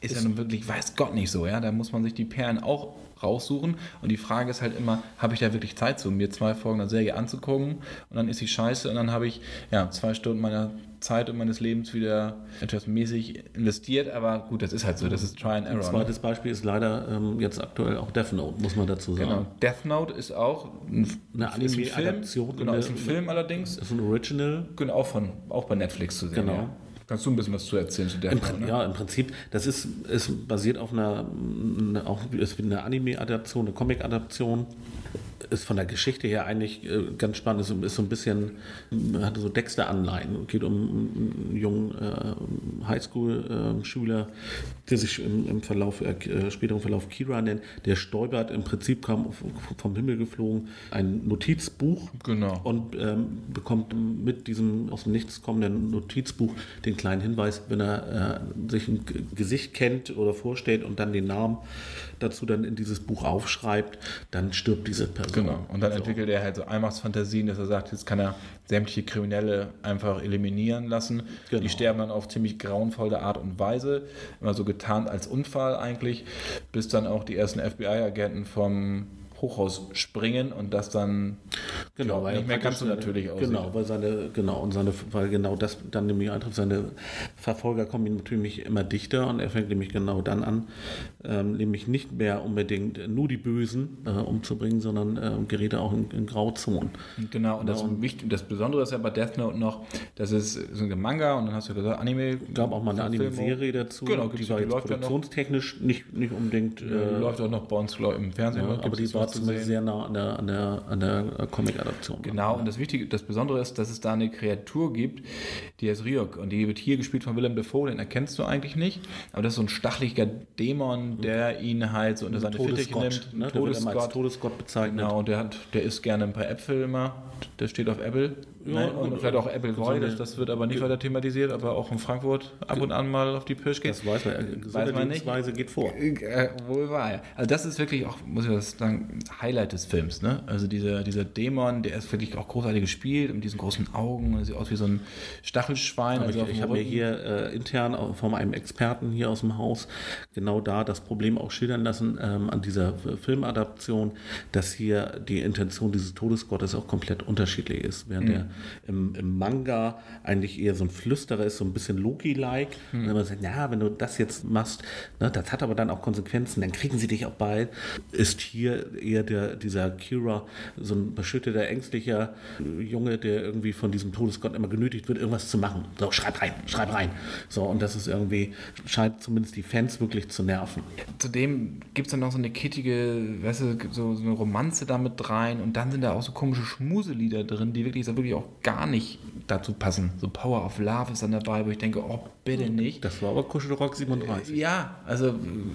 ist ja nun wirklich, weiß Gott nicht so, ja. Da muss man sich die Perlen auch raussuchen. Und die Frage ist halt immer, habe ich da wirklich Zeit zu, mir zwei Folgen der Serie anzugucken und dann ist sie scheiße und dann habe ich ja zwei Stunden meiner Zeit und meines Lebens wieder etwas mäßig investiert, aber gut, das ist halt so, das ist Try and Error. Ein zweites ne? Beispiel ist leider ähm, jetzt aktuell auch Death Note, muss man dazu sagen. Genau, Death Note ist auch ein, eine Anime-Adaption. Genau, ist ein Film allerdings. Ist ein Original. Genau, auch, von, auch bei Netflix zu sehen. Genau. Ja. Kannst du ein bisschen was zu erzählen zu Death Note? Ne? Ja, im Prinzip, das ist, ist basiert auf einer, eine, auch, ist eine Anime-Adaption, eine Comic-Adaption. Ist von der Geschichte her eigentlich äh, ganz spannend, ist, ist so ein bisschen, hatte so Dexter-Anleihen. Geht um einen jungen äh, Highschool-Schüler, äh, der sich im, im Verlauf, äh, späteren Verlauf Kira nennt. Der stolpert im Prinzip, kam vom Himmel geflogen, ein Notizbuch genau. und ähm, bekommt mit diesem aus dem Nichts kommenden Notizbuch den kleinen Hinweis, wenn er äh, sich ein G- Gesicht kennt oder vorstellt und dann den Namen dazu dann in dieses Buch aufschreibt, dann stirbt diese Person. Genau, und dann entwickelt er halt so Allmachtsfantasien, dass er sagt, jetzt kann er sämtliche Kriminelle einfach eliminieren lassen. Genau. Die sterben dann auf ziemlich grauenvolle Art und Weise, immer so getarnt als Unfall eigentlich, bis dann auch die ersten F B I-Agenten vom Hochhaus springen und das dann genau, weil nicht mehr ganz so natürlich aussieht. Genau, weil seine, genau, und seine, weil genau das dann nämlich eintritt, seine Verfolger kommen ihm natürlich immer dichter und er fängt nämlich genau dann an, ähm, nämlich nicht mehr unbedingt nur die Bösen äh, umzubringen, sondern äh, gerät auch in, in Grauzonen. Genau, und das, und wichtig, das Besondere ist ja bei Death Note noch, das ist so ein Manga und dann hast du gesagt, Anime. Gab auch mal eine Anime-Serie dazu, genau, die war jetzt produktionstechnisch ja nicht, nicht unbedingt. Äh, läuft auch noch bei uns im Fernsehen. Ja, aber die war zumindest sehr nah an der, an der, an der Comic-Adaption. Genau, und das Wichtige, das Besondere ist, dass es da eine Kreatur gibt, die heißt Ryuk und die wird hier gespielt von Willem Dafoe, den erkennst du eigentlich nicht, aber das ist so ein stacheliger Dämon, der ihn halt so unter seine Fittiche nimmt. Ne? Todesgott. Als Todesgott bezeichnet. Genau, und der, hat, der isst gerne ein paar Äpfel immer, der steht auf Apple. Ja, ne? Und vielleicht auch Appleboy, das, das wird aber nicht weiter thematisiert, aber auch in Frankfurt ab und an mal auf die Pirsch geht. Das weiß man, weiß man nicht. Weise geht vor. Äh, wohl wahr, ja. Also das ist wirklich auch, muss ich das sagen, Highlight des Films, ne? Also dieser, dieser Dämon, der ist wirklich auch großartig gespielt, mit diesen großen Augen, der sieht aus wie so ein Stachelschwein. Also ich ich habe mir hier äh, intern von einem Experten hier aus dem Haus genau da das Problem auch schildern lassen ähm, an dieser Filmadaption, dass hier die Intention dieses Todesgottes auch komplett unterschiedlich ist, während mhm. der Im, im Manga eigentlich eher so ein Flüsterer ist, so ein bisschen Loki-like. Hm. Und dann man sagt, ja, wenn du das jetzt machst, ne, das hat aber dann auch Konsequenzen, dann kriegen sie dich auch bald. Ist hier eher der, dieser Kira so ein beschütteter, ängstlicher Junge, der irgendwie von diesem Todesgott immer genötigt wird, irgendwas zu machen. So, schreib rein, schreib rein. So, und das ist irgendwie, scheint zumindest die Fans wirklich zu nerven. Zudem gibt es dann noch so eine kittige, weißt du, so, so eine Romanze da mit rein und dann sind da auch so komische Schmuselieder drin, die wirklich, wirklich auch gar nicht dazu passen. So Power of Love ist dann dabei, wo ich denke, oh, bitte nicht. Das war aber Kuschelrock siebenunddreißig. Ja, also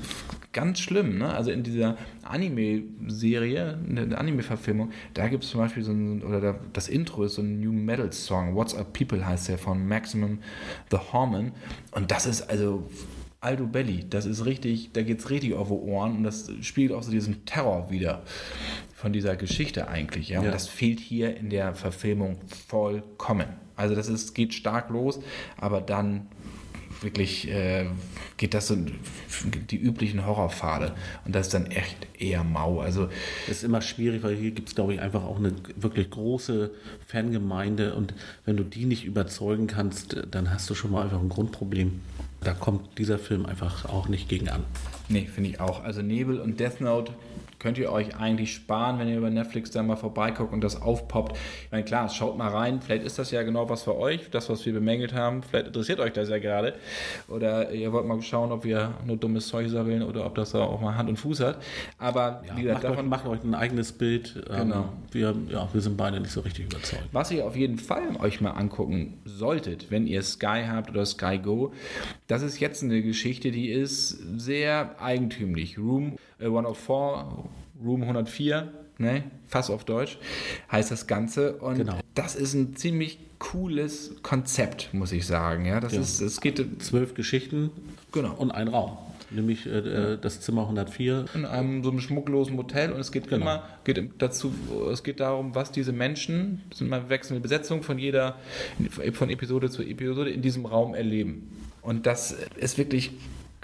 ganz schlimm, ne? Also in dieser Anime-Serie, eine Anime-Verfilmung, da gibt es zum Beispiel so ein, oder da, das Intro ist so ein New Metal-Song, What's Up People heißt der, von Maximum the Hormone. Und das ist also Aldo Belli, das ist richtig, da geht's richtig auf die Ohren und das spielt auch so diesen Terror wieder von dieser Geschichte eigentlich, ja. Und ja. das fehlt hier in der Verfilmung vollkommen. Also das ist, geht stark los, aber dann wirklich äh, geht das so die üblichen Horrorpfade und das ist dann echt eher mau. Also das ist immer schwierig, weil hier gibt es, glaube ich, einfach auch eine wirklich große Fangemeinde und wenn du die nicht überzeugen kannst, dann hast du schon mal einfach ein Grundproblem. Da kommt dieser Film einfach auch nicht gegen an. Nee, finde ich auch. Also Nebel und Death Note könnt ihr euch eigentlich sparen, wenn ihr über Netflix da mal vorbeiguckt und das aufpoppt. Ich meine, klar, schaut mal rein, vielleicht ist das ja genau was für euch, das, was wir bemängelt haben, vielleicht interessiert euch das ja gerade oder ihr wollt mal schauen, ob wir nur dummes Zeug sammeln oder ob das da auch mal Hand und Fuß hat, aber ja, wie gesagt, macht, davon, euch, macht euch ein eigenes Bild. Genau. Ähm, wir, ja, wir sind beide nicht so richtig überzeugt. Was ihr auf jeden Fall euch mal angucken solltet, wenn ihr Sky habt oder Sky Go, das ist jetzt eine Geschichte, die ist sehr eigentümlich. Room hundertvier, Room hundertvier, ne, fast auf Deutsch, heißt das Ganze. Und genau. das ist ein ziemlich cooles Konzept, muss ich sagen. Ja, das ja. ist, es geht zwölf Geschichten genau. und ein Raum. Nämlich äh, das Zimmer hundertvier. In einem so einem schmucklosen Hotel und es geht genau. immer geht dazu, es geht darum, was diese Menschen, das sind mal wechselnde Besetzung von jeder, von Episode zu Episode in diesem Raum erleben. Und das ist wirklich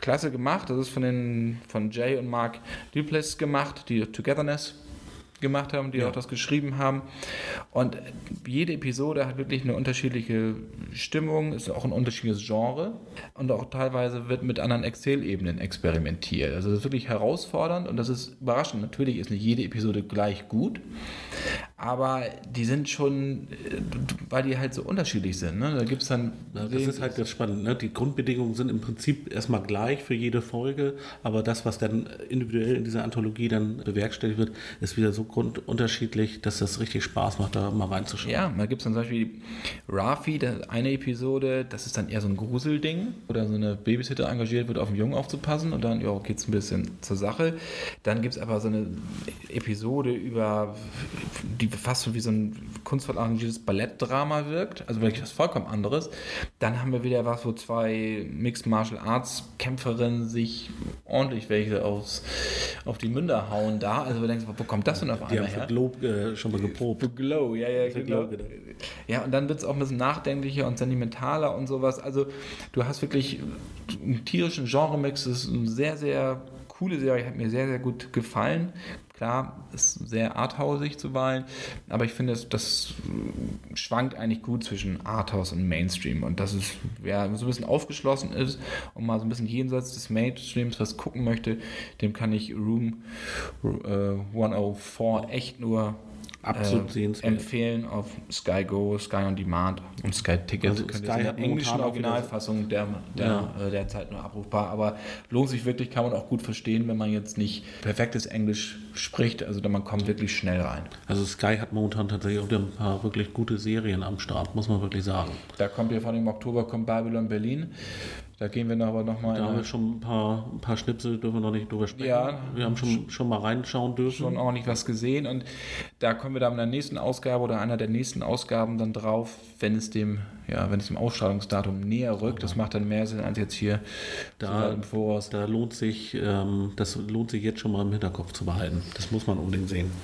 klasse gemacht. Das ist von den von Jay und Mark Duplass gemacht, die Togetherness gemacht haben, die ja. auch das geschrieben haben. Und jede Episode hat wirklich eine unterschiedliche Stimmung, ist auch ein unterschiedliches Genre und auch teilweise wird mit anderen Erzählebenen experimentiert. Also das ist wirklich herausfordernd und das ist überraschend. Natürlich ist nicht jede Episode gleich gut, aber die sind schon, weil die halt so unterschiedlich sind. Ne? Da gibt es dann... Ja, das ist halt das Spannende. Ne? Die Grundbedingungen sind im Prinzip erstmal gleich für jede Folge, aber das, was dann individuell in dieser Anthologie dann bewerkstelligt wird, ist wieder so grundunterschiedlich, dass das richtig Spaß macht, da mal reinzuschauen. Ja, da gibt es dann zum Beispiel Rafi, eine Episode, das ist dann eher so ein Gruselding, wo dann so eine Babysitter engagiert wird, auf den Jungen aufzupassen und dann ja, geht es ein bisschen zur Sache. Dann gibt es aber so eine Episode über, die fast so wie so ein kunstvoll arrangiertes Ballettdrama wirkt, also wirklich was vollkommen anderes. Dann haben wir wieder was, wo zwei Mixed Martial Arts Kämpferinnen sich ordentlich welche aufs, auf die Münder hauen da, also du denkst, wo kommt das denn auf Die haben für Glow äh, schon mal geprobt. Für Glow, ja, ja, genau. Glow, ja, und dann wird es auch ein bisschen nachdenklicher und sentimentaler und sowas. Also du hast wirklich einen tierischen Genremix. Das ist eine sehr, sehr coole Serie. Hat mir sehr, sehr gut gefallen. Klar, ist sehr arthausig zuweilen, aber ich finde, das schwankt eigentlich gut zwischen Arthouse und Mainstream und dass es ja, so ein bisschen aufgeschlossen ist und mal so ein bisschen jenseits des Mainstreams was gucken möchte, dem kann ich Room äh, hundertvier echt nur Absolut äh, empfehlen auf Sky Go, Sky On Demand und Sky Ticket. Also Sky hat in der englischen Originalfassung der, der, ja. äh, derzeit nur abrufbar, aber lohnt sich wirklich, kann man auch gut verstehen, wenn man jetzt nicht perfektes Englisch spricht, also man kommt wirklich schnell rein. Also Sky hat momentan tatsächlich auch ein paar wirklich gute Serien am Start, muss man wirklich sagen. Da kommt ja vor allem im Oktober kommt Babylon Berlin. Da gehen wir noch aber nochmal. Da haben wir schon ein paar, ein paar Schnipsel, dürfen wir noch nicht drüber sprechen. Ja, wir haben schon, schon mal reinschauen dürfen. Schon auch nicht was gesehen und da kommen wir dann in der nächsten Ausgabe oder einer der nächsten Ausgaben dann drauf, wenn es dem, ja, wenn es dem Ausstrahlungsdatum näher rückt. Das macht dann mehr Sinn als jetzt hier da, so im Voraus. Da lohnt sich, ähm, das lohnt sich jetzt schon mal im Hinterkopf zu behalten. Das muss man unbedingt sehen.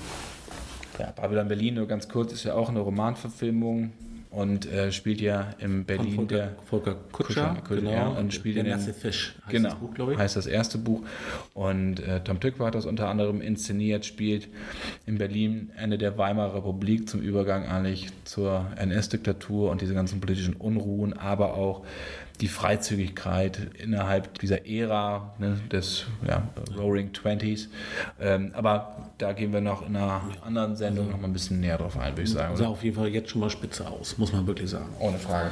Ja, Babylon Berlin, nur ganz kurz, ist ja auch eine Romanverfilmung. Und äh, spielt ja in Berlin Volker, der Volker Kutscher, Kutscher genau, ja, und spielt der in nasse Fisch heißt genau, das Buch, glaube ich. Heißt das erste Buch und äh, Tom Tykwer hat das unter anderem inszeniert, spielt in Berlin Ende der Weimarer Republik zum Übergang eigentlich zur N S-Diktatur und diese ganzen politischen Unruhen, aber auch die Freizügigkeit innerhalb dieser Ära, ne, des ja, Roaring Twenties. Ähm, aber da gehen wir noch in einer anderen Sendung also, noch mal ein bisschen näher drauf ein, würde ich sagen. Sah auf jeden Fall jetzt schon mal spitze aus, muss man wirklich sagen. Ohne Frage.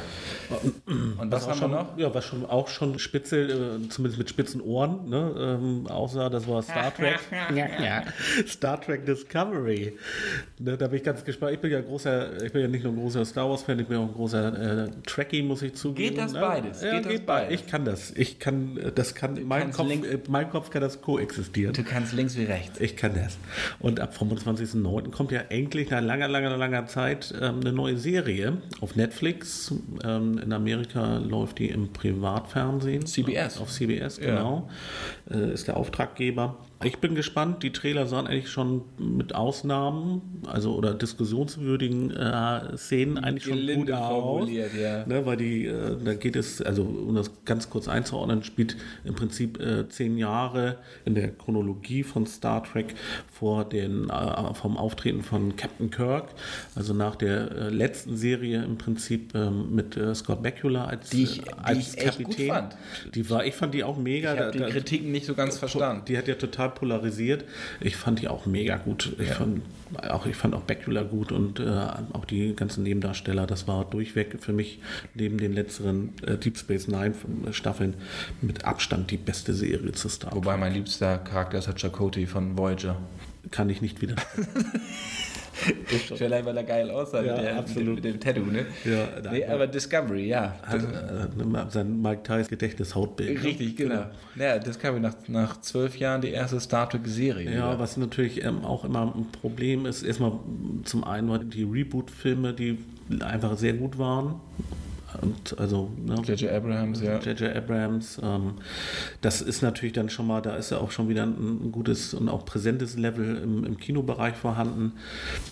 Und was, was haben schon, wir noch? Ja, was schon auch schon spitze, äh, zumindest mit spitzen Ohren, ne, ähm, aussah, das war Star Trek. ja, ja. Star Trek Discovery. Ne, da bin ich ganz gespannt. Ich bin ja großer, ich bin ja nicht nur ein großer Star Wars Fan, ich bin auch ein großer äh, Trekkie, muss ich zugeben. Geht das ne? beides? Ja, geht, geht beides. Ich kann das. Ich kann, das kann, mein Kopf, äh, mein Kopf kann das koexistieren. Du kannst links wie rechts. Ich kann das. Und ab fünfundzwanzigsten neunten kommt ja endlich nach langer, langer, langer Zeit ähm, eine neue Serie auf Netflix. Ähm, in Amerika läuft die im Privatfernsehen. C B S. Auf C B S, genau. Ja. Äh, ist der Auftraggeber. Ich bin gespannt. Die Trailer sahen eigentlich schon mit Ausnahmen, also oder diskussionswürdigen äh, Szenen eigentlich schon Gelinde gut aus. Ja. Ne, weil die, äh, da geht es, also um das ganz kurz einzuordnen, spielt im Prinzip äh, zehn Jahre in der Chronologie von Star Trek vor den, äh, vom Auftreten von Captain Kirk, also nach der äh, letzten Serie im Prinzip äh, mit äh, Scott Bakula als, die ich, äh, als die ich Kapitän. Echt gut fand. Die war, ich fand die auch mega. Ich habe die da, Kritiken nicht so ganz verstanden. Die hat ja total polarisiert. Ich fand die auch mega gut. Ich, ja. fand, auch, ich fand auch Bakula gut und äh, auch die ganzen Nebendarsteller. Das war durchweg für mich neben den letzteren äh, Deep Space Nine Staffeln mit Abstand die beste Serie zu Star Trek. Wobei mein liebster Charakter ist Chakotay von Voyager. Kann ich nicht wieder. Schon allein, weil er geil aussah ja, mit, der, absolut. mit, dem, mit dem Tattoo, ne? Ja, nee, aber Discovery, ja. Hat, äh, sein Mike Tyson gedächtes Hautbild. Richtig, ne? genau. Ja, Discovery nach, nach zwölf Jahren die erste Star Trek-Serie. Ja, wieder. Was natürlich ähm, auch immer ein Problem ist, erstmal zum einen die Reboot-Filme, die einfach sehr gut waren. Und also J J. Ne? Abrams, ja. J J. Abrams, ähm, das ist natürlich dann schon mal, da ist ja auch schon wieder ein, ein gutes und auch präsentes Level im, im Kinobereich vorhanden.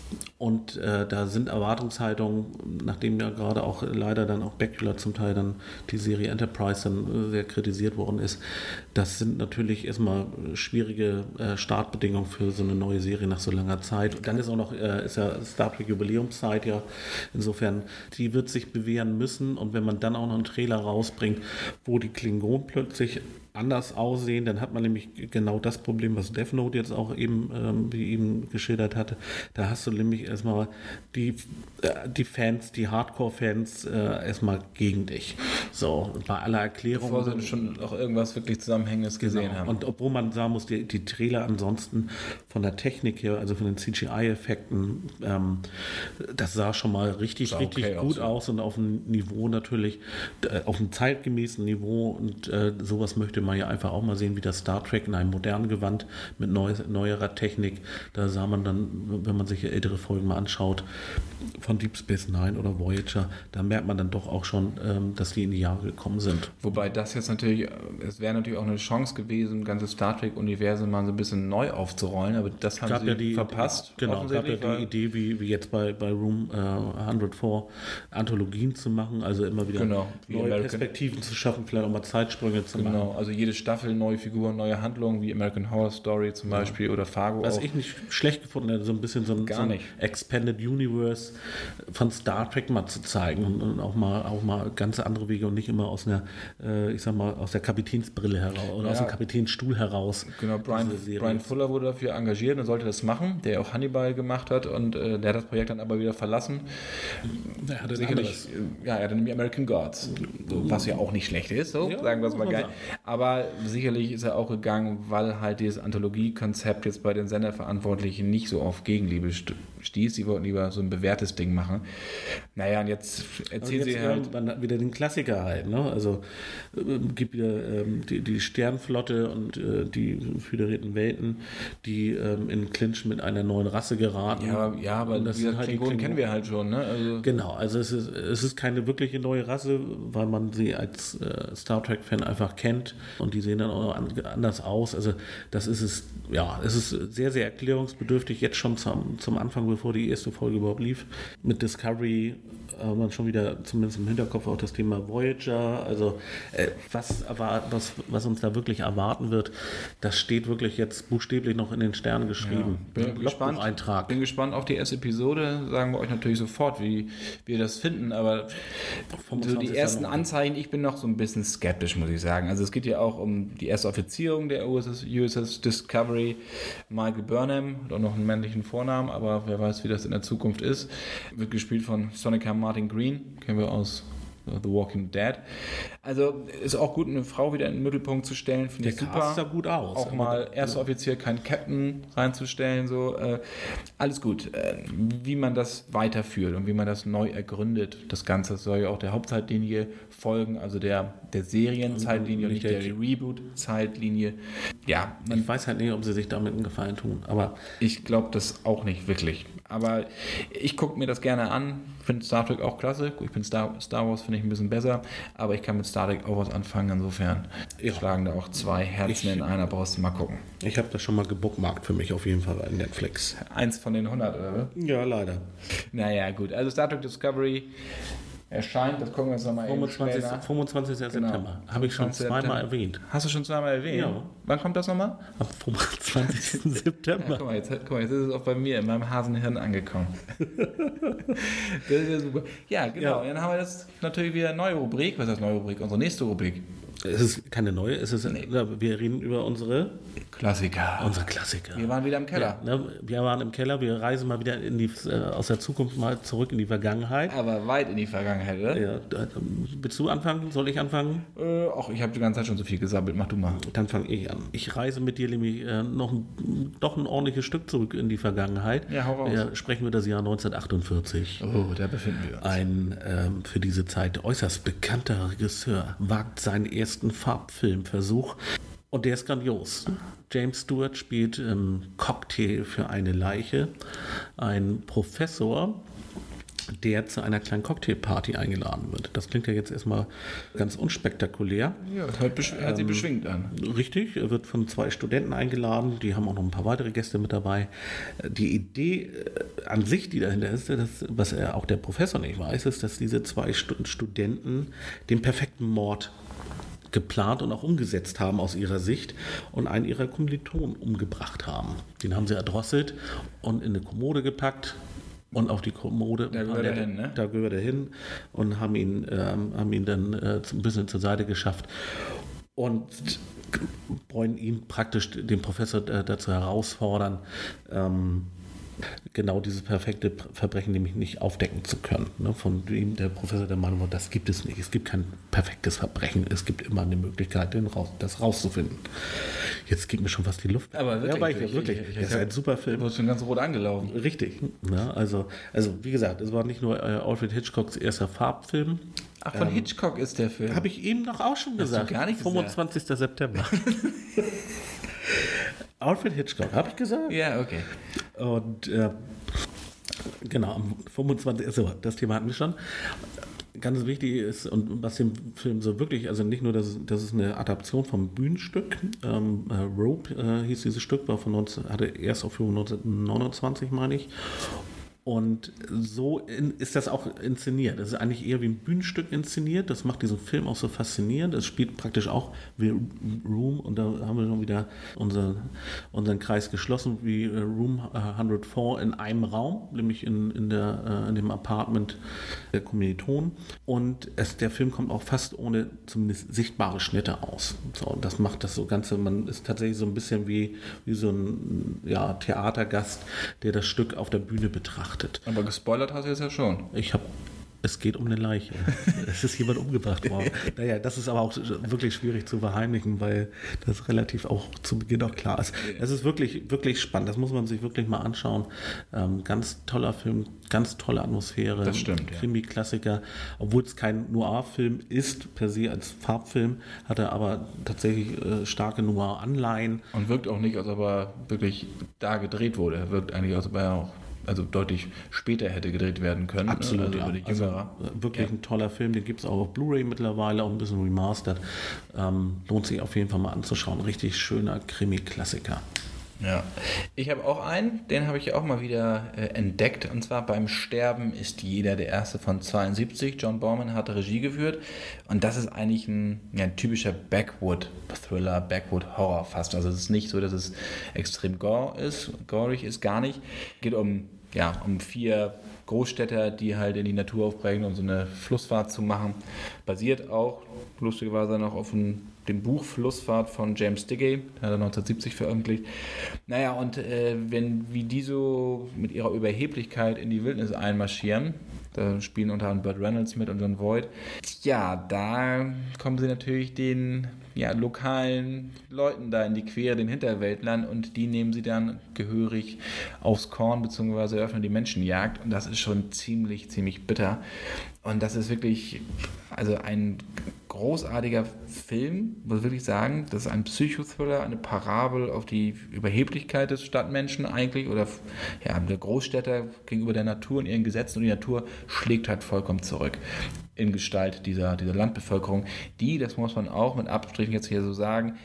Und äh, da sind Erwartungshaltungen, nachdem ja gerade auch leider dann auch Bakula zum Teil dann die Serie Enterprise dann sehr kritisiert worden ist, das sind natürlich erstmal schwierige äh, Startbedingungen für so eine neue Serie nach so langer Zeit. Und dann ist auch noch, äh, ist ja Star Trek Jubiläumszeit, ja, insofern, die wird sich bewähren müssen. Und wenn man dann auch noch einen Trailer rausbringt, wo die Klingonen plötzlich anders aussehen, dann hat man nämlich genau das Problem, was Death Note jetzt auch eben, ähm, wie eben geschildert hatte. Da hast du nämlich erstmal die, äh, die Fans, die Hardcore-Fans äh, erstmal gegen dich. So, bei aller Erklärung. Bevor sie schon auch irgendwas wirklich Zusammenhängendes gesehen genau. haben. Und obwohl man sagen muss, die, die Trailer ansonsten von der Technik her, also von den C G I-Effekten, ähm, das sah schon mal richtig, sah richtig okay gut aus, aus und auf einem Niveau natürlich, äh, auf einem zeitgemäßen Niveau und äh, sowas möchte man ja einfach auch mal sehen, wie das Star Trek in einem modernen Gewand mit neu, neuerer Technik, da sah man dann, wenn man sich ältere Folgen mal anschaut, von Deep Space Nine oder Voyager, da merkt man dann doch auch schon, ähm, dass die in die Jahre gekommen sind. Wobei das jetzt natürlich, es wäre natürlich auch eine Chance gewesen, ein ganzes Star Trek-Universum mal so ein bisschen neu aufzurollen, aber das haben sie ja die, verpasst. Genau, es gab ja die Idee, wie, wie jetzt bei, bei Room äh, hundertvier, Anthologien zu machen, also immer wieder genau, neue American. Perspektiven zu schaffen, vielleicht auch mal Zeitsprünge zu genau, machen. Genau, also jede Staffel neue Figuren, neue Handlungen, wie American Horror Story zum ja. Beispiel oder Fargo. Was auch. ich nicht schlecht gefunden hätte, so ein bisschen so ein, Gar so ein nicht. Expanded Universe von Star Trek mal zu zeigen und, und auch mal auch mal ganz andere Wege und nicht immer aus einer, äh, ich sag mal, aus der Kapitänsbrille heraus oder ja. aus dem Kapitänsstuhl heraus. Genau, Brian, Brian Fuller wurde dafür engagiert und sollte das machen, der auch Hannibal gemacht hat und äh, der hat das Projekt dann aber wieder verlassen. Er hatte sicherlich, ja, er hatte nämlich American Gods, so, was ja auch nicht schlecht ist, so, ja, sagen wir es mal geil. Aber sicherlich ist er auch gegangen, weil halt dieses Anthologie-Konzept jetzt bei den Senderverantwortlichen nicht so auf Gegenliebe stieß. Sie wollten lieber so ein bewährtes Ding machen. Naja, und jetzt erzählen sie halt... Man wieder den Klassiker halt, ne? Also äh, gibt wieder ähm, die, die Sternflotte und äh, die föderierten Welten, die ähm, in Clinch mit einer neuen Rasse geraten. Ja, ja aber das sind halt Klingonen kennen wir halt schon, ne? Also genau, also es ist, es ist keine wirkliche neue Rasse, weil man sie als äh, Star Trek-Fan einfach kennt und die sehen dann auch an, anders aus. Also das ist es, ja, es ist sehr, sehr erklärungsbedürftig, jetzt schon zum, zum Anfang, bevor die erste Folge überhaupt lief. Mit Discovery hat man schon wieder zumindest im Hinterkopf auch das Thema Voyager. Also äh, was, was, was uns da wirklich erwarten wird, das steht wirklich jetzt buchstäblich noch in den Sternen geschrieben. Ja, bin, gespannt, Eintrag. bin gespannt auf die erste Episode, sagen wir euch natürlich sofort, wie wir das finden, aber so die ersten Anzeichen, ich bin noch so ein bisschen skeptisch, muss ich sagen. Also es geht ja auch um die erste Offizierung der U S S, U S S Discovery, Michael Burnham, hat auch noch einen männlichen Vornamen, aber wer weiß, wie das in der Zukunft ist. Wird gespielt von Sonica Martin Green, kennen wir aus The Walking Dead. Also ist auch gut, eine Frau wieder in den Mittelpunkt zu stellen, finde ich super. Der sah gut aus. Auch mal erster Offizier, keinen Captain reinzustellen, so. Äh, alles gut. Äh, wie man das weiterführt und wie man das neu ergründet, das Ganze soll ja auch der Hauptzeitlinie folgen, also der, der Serienzeitlinie und nicht der Reboot-Zeitlinie. Ja, man, ich weiß halt nicht, ob sie sich damit einen Gefallen tun, aber ich glaube das auch nicht wirklich. Aber ich gucke mir das gerne an, finde Star Trek auch klasse. Ich bin Star, Star Wars finde ich ein bisschen besser, aber ich kann mit Star Trek auch was anfangen. Insofern ja. schlagen da auch zwei Herzen ich, in einer Brust. Mal gucken. Ich habe das schon mal gebookmarkt für mich auf jeden Fall bei Netflix. Eins von den hundert, oder? Ja, leider. Naja, gut. Also Star Trek Discovery erscheint, das gucken wir uns nochmal fünfundzwanzigsten fünfundzwanzigsten September. Genau. Habe ich schon zweimal erwähnt. Hast du schon zweimal erwähnt? Ja. Wann kommt das nochmal? Am fünfundzwanzigsten September. Ja, guck mal, jetzt, guck mal, jetzt ist es auch bei mir in meinem Hasenhirn angekommen. Das ist ja super. Ja, genau. Ja. Dann haben wir jetzt natürlich wieder eine neue Rubrik. Was ist das neue Rubrik? Unsere nächste Rubrik. Es ist keine neue, es ist, nee. Wir reden über unsere Klassiker. Unsere Klassiker. Wir waren wieder im Keller. Ja, ne, wir waren im Keller, wir reisen mal wieder in die, äh, aus der Zukunft mal zurück in die Vergangenheit. Aber weit in die Vergangenheit, oder? Ja, da, willst du anfangen? Soll ich anfangen? Äh, ach, ich habe die ganze Zeit schon so viel gesammelt, mach du mal. Dann fange ich an. Ich reise mit dir nämlich äh, noch ein, doch ein ordentliches Stück zurück in die Vergangenheit. Ja, hau raus. Wir sprechen über das Jahr neunzehnhundertachtundvierzig. Oh, da befinden wir uns. Ein ähm, für diese Zeit äußerst bekannter Regisseur wagt seinen ersten Farbfilmversuch. Und der ist grandios. James Stewart spielt im Cocktail für eine Leiche einen Professor, der zu einer kleinen Cocktailparty eingeladen wird. Das klingt ja jetzt erstmal ganz unspektakulär. Ja, das hört, besch- hört sich beschwingt an. Richtig, er wird von zwei Studenten eingeladen, die haben auch noch ein paar weitere Gäste mit dabei. Die Idee äh, an sich, die dahinter ist, dass, was er auch der Professor nicht weiß, ist, dass diese zwei Stu- Studenten den perfekten Mord geplant und auch umgesetzt haben aus ihrer Sicht und einen ihrer Kommilitonen umgebracht haben. Den haben sie erdrosselt und in eine Kommode gepackt. Und auf die Kommode, da gehört er hin, ne? Da gehört er hin und haben ihn, ähm, haben ihn dann äh, ein bisschen zur Seite geschafft und wollen ihn praktisch, den Professor äh, dazu herausfordern, ähm, genau dieses perfekte Verbrechen nämlich nicht aufdecken zu können. Ne? Von dem der Professor der Meinung war, das gibt es nicht. Es gibt kein perfektes Verbrechen. Es gibt immer eine Möglichkeit, den raus, das rauszufinden. Jetzt geht mir schon fast die Luft. Aber wirklich, ja, aber ich, ich, wirklich. Ich, ich, das ist ein super Film. Du bist schon ganz rot angelaufen. Richtig. Ja, also, also, wie gesagt, es war nicht nur äh, Alfred Hitchcocks erster Farbfilm. Ach, von ähm, Hitchcock ist der Film. Habe ich eben doch auch schon gesagt. Hast du gar nicht fünfundzwanzigster September. Alfred Hitchcock, habe ich gesagt? Ja, okay. Und äh, genau, am fünfundzwanzigsten So, das Thema hatten wir schon. Ganz wichtig ist, und was den Film so wirklich, also nicht nur, dass es, dass es eine Adaption vom Bühnenstück, ähm, äh, Rope äh, hieß dieses Stück, war von neunzehn, hatte erst auf neunzehnhundertneunundzwanzig, meine ich. Und so in, ist das auch inszeniert. Das ist eigentlich eher wie ein Bühnenstück inszeniert. Das macht diesen Film auch so faszinierend. Es spielt praktisch auch wie Room, und da haben wir schon wieder unser, unseren Kreis geschlossen, wie Room hundertvier in einem Raum, nämlich in, in, der, in dem Apartment der Kommilitonen. Und es, der Film kommt auch fast ohne zumindest sichtbare Schnitte aus. So, das macht das so Ganze, man ist tatsächlich so ein bisschen wie, wie so ein ja, Theatergast, der das Stück auf der Bühne betrachtet. Aber gespoilert hast du jetzt ja schon. Ich habe, es geht um eine Leiche. Es ist jemand umgebracht worden. Naja, das ist aber auch wirklich schwierig zu verheimlichen, weil das relativ auch zu Beginn auch klar ist. Es ist wirklich, wirklich spannend. Das muss man sich wirklich mal anschauen. Ähm, ganz toller Film, ganz tolle Atmosphäre. Das stimmt, ja. Krimi-Klassiker. Obwohl es kein Noir-Film ist, per se als Farbfilm, hat er aber tatsächlich äh, starke Noir-Anleihen. Und wirkt auch nicht, als ob er wirklich da gedreht wurde. Er wirkt eigentlich, als ob er auch also deutlich später hätte gedreht werden können. Absolut, also ja. Also wirklich ja. Ein toller Film, den gibt es auch auf Blu-ray mittlerweile, auch ein bisschen remastered. Ähm, lohnt sich auf jeden Fall mal anzuschauen. Richtig schöner Krimi-Klassiker. Ja, ich habe auch einen, den habe ich auch mal wieder äh, entdeckt, und zwar Beim Sterben ist jeder, der erste von zweiundsiebzig. John Borman hat Regie geführt, und das ist eigentlich ein, ja, ein typischer Backwood-Thriller, Backwood-Horror fast. Also es ist nicht so, dass es extrem gore ist, gorig ist, gar nicht. Es geht um, ja, um vier Großstädter, die halt in die Natur aufbrechen, um so eine Flussfahrt zu machen. Basiert auch lustigerweise noch auf ein dem Buch Flussfahrt von James Dickey, der hat er neunzehnhundertsiebzig veröffentlicht. Naja, und äh, wenn wie die so mit ihrer Überheblichkeit in die Wildnis einmarschieren, da spielen unter anderem Burt Reynolds mit und John Voight, ja, da kommen sie natürlich den ja, lokalen Leuten da in die Quere, den Hinterwäldlern, und die nehmen sie dann gehörig aufs Korn, beziehungsweise eröffnen die Menschenjagd, und das ist schon ziemlich, ziemlich bitter. Und das ist wirklich, also ein großartiger Film, muss ich wirklich sagen. Das ist ein Psychothriller, eine Parabel auf die Überheblichkeit des Stadtmenschen eigentlich, oder ja, der Großstädter gegenüber der Natur und ihren Gesetzen, und die Natur schlägt halt vollkommen zurück in Gestalt dieser, dieser Landbevölkerung, die, das muss man auch mit Abstrichen jetzt hier so sagen,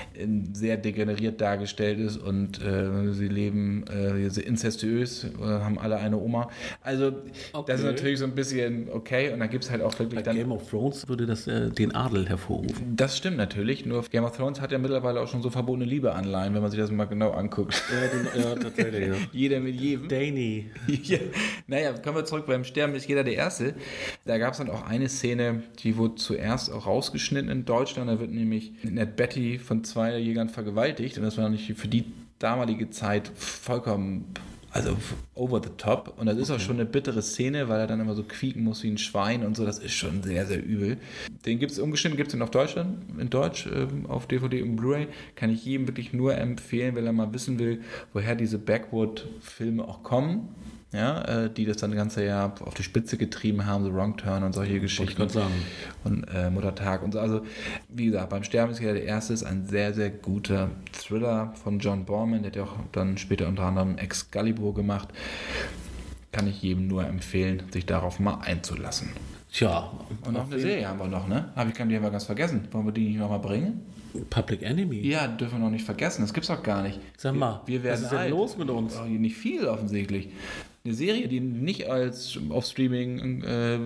sehr degeneriert dargestellt ist, und äh, sie leben äh, sehr inzestuös, äh, haben alle eine Oma. Also okay. Das ist natürlich so ein bisschen okay, und dann gibt es halt auch wirklich Bei dann... Game of Thrones würde das äh, den Adel hervorrufen. Das stimmt natürlich, nur Game of Thrones hat ja mittlerweile auch schon so verbotene Liebe-Anleihen, wenn man sich das mal genau anguckt. Ja, den, ja tatsächlich. Ja. Jeder mit jedem. Dany. Ja. Naja, kommen wir zurück, beim Sterben ist jeder der Erste. Da gab es dann auch eine Szene, die wurde zuerst auch rausgeschnitten in Deutschland. Da wird nämlich Ned Betty von zwei Jägern vergewaltigt, und das war nicht für die damalige Zeit vollkommen, also over the top. Und das ist auch schon eine bittere Szene, weil er dann immer so quieken muss wie ein Schwein und so. Das ist schon sehr, sehr übel. Den gibt es umgeschnitten, gibt es den auf Deutschland, in Deutsch, ähm, auf D V D und Blu-ray. Kann ich jedem wirklich nur empfehlen, wenn er mal wissen will, woher diese Backwood-Filme auch kommen. Ja, äh, die das dann das ganze Jahr auf die Spitze getrieben haben, so Wrong Turn und solche Geschichten. Ich sagen. Und äh, Muttertag und so. Also, wie gesagt, Beim Sterben ist jeder der Erste, ist ein sehr, sehr guter Thriller von John Borman, der hat ja auch dann später unter anderem Excalibur gemacht. kann ich jedem nur empfehlen, sich darauf mal einzulassen. Tja. Und noch eine Serie haben wir noch, ne? Habe ich, die haben wir ganz vergessen. Wollen wir die nicht nochmal bringen? Public Enemy? Ja, dürfen wir noch nicht vergessen. Das gibt's auch gar nicht. Sag mal, wir, wir werden was ist denn alt. los mit uns? Oh, nicht viel offensichtlich. Eine Serie, die nicht als auf Streaming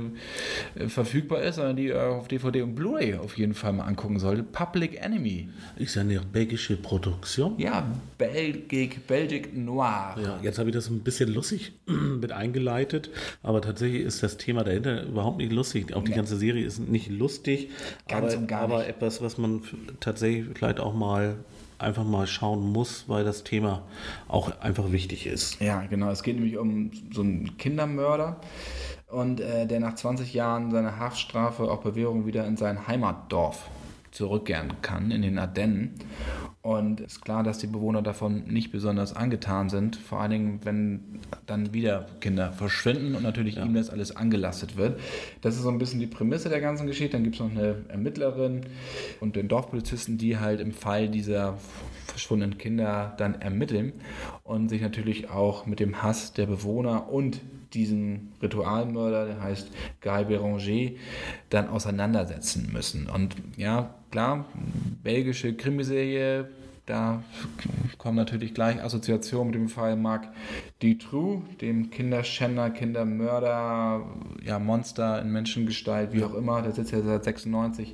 äh, verfügbar ist, sondern die auf D V D und Blu-ray auf jeden Fall mal angucken sollte. Public Enemy. Ist ja eine belgische Produktion. Ja, Belgique, Belgique Noir. Ja, jetzt habe ich das ein bisschen lustig mit eingeleitet, aber tatsächlich ist das Thema dahinter überhaupt nicht lustig. Auch die Nee. ganze Serie ist nicht lustig, Ganz aber, und gar aber nicht. etwas, was man f- tatsächlich vielleicht auch mal einfach mal schauen muss, weil das Thema auch einfach wichtig ist. Ja, genau. Es geht nämlich um so einen Kindermörder und äh, der nach zwanzig Jahren seiner Haftstrafe auf Bewährung wieder in sein Heimatdorf zurückkehren kann, in den Ardennen. Und es ist klar, dass die Bewohner davon nicht besonders angetan sind, vor allen Dingen, wenn dann wieder Kinder verschwinden und natürlich Ja. ihm das alles angelastet wird. Das ist so ein bisschen die Prämisse der ganzen Geschichte. Dann gibt es noch eine Ermittlerin und den Dorfpolizisten, die halt im Fall dieser verschwundenen Kinder dann ermitteln und sich natürlich auch mit dem Hass der Bewohner und diesen Ritualmörder, der heißt Guy Béranger, dann auseinandersetzen müssen. Und ja, klar, belgische Krimiserie, da kommen natürlich gleich Assoziationen mit dem Fall Marc Dutroux, dem Kinderschänder, Kindermörder, ja, Monster in Menschengestalt, wie auch immer. Der sitzt ja seit sechsundneunzig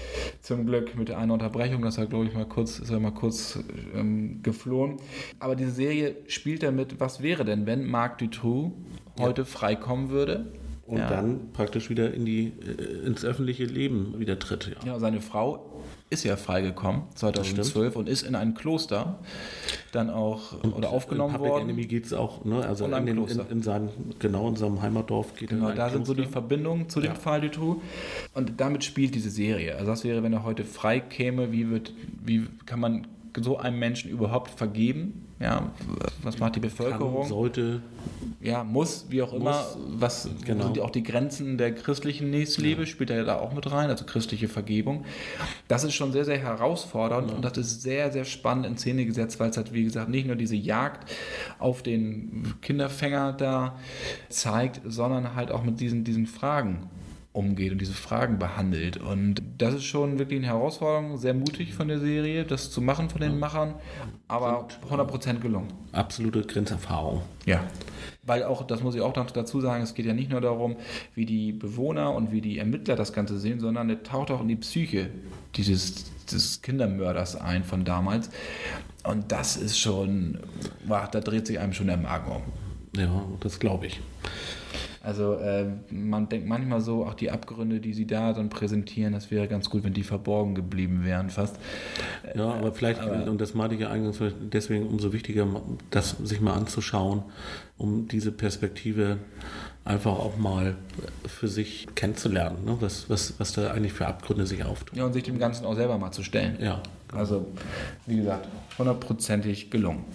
zum Glück mit einer Unterbrechung, das war, glaube ich, mal kurz, ist er mal kurz ähm, geflohen. Aber diese Serie spielt damit, was wäre denn, wenn Marc Dutroux heute freikommen würde? Und Ja. dann praktisch wieder in die, äh, ins öffentliche Leben wieder tritt. Ja. Ja, seine Frau ist ja freigekommen zweitausendzwölf und ist in ein Kloster dann auch oder aufgenommen in Public worden. Enemy geht es auch, ne? Also Und in, einem den, in, Kloster. in seinem, genau in seinem Heimatdorf geht Genau, er in ein da sind so die Kloster. Verbindungen zu dem Ja. Fall Dutroux. Und damit spielt diese Serie. Also das wäre, wenn er heute frei käme, wie wird, wie kann man so einem Menschen überhaupt vergeben? Ja, was macht die Bevölkerung? Kann, sollte, Ja, muss, wie auch immer. Was genau. sind auch die Grenzen der christlichen Nächstenliebe? Spielt er ja da auch mit rein, also christliche Vergebung. Das ist schon sehr, sehr herausfordernd und das ist sehr, sehr spannend in Szene gesetzt, weil es halt, wie gesagt, nicht nur diese Jagd auf den Kinderfänger da zeigt, sondern halt auch mit diesen, diesen Fragen umgeht und diese Fragen behandelt. Und das ist schon wirklich eine Herausforderung, sehr mutig von der Serie, das zu machen von den Machern, aber hundert Prozent gelungen. absolute Grenzerfahrung. Ja, weil auch, das muss ich auch noch dazu sagen, es geht ja nicht nur darum, wie die Bewohner und wie die Ermittler das Ganze sehen, sondern er taucht auch in die Psyche dieses, dieses Kindermörders ein von damals. Und das ist schon, wow, da dreht sich einem schon der Magen um. Ja, das glaube ich. Also äh, man denkt manchmal so, auch die Abgründe, die sie da dann präsentieren, das wäre ganz gut, wenn die verborgen geblieben wären fast. Ja, aber vielleicht, aber- und das meinte ich ja eingangs, deswegen umso wichtiger, das sich mal anzuschauen, um diese Perspektive einfach auch mal für sich kennenzulernen, ne? was, was, was da eigentlich für Abgründe sich auftun. Ja, und sich dem Ganzen auch selber mal zu stellen. Ja, Also, wie gesagt, hundertprozentig gelungen.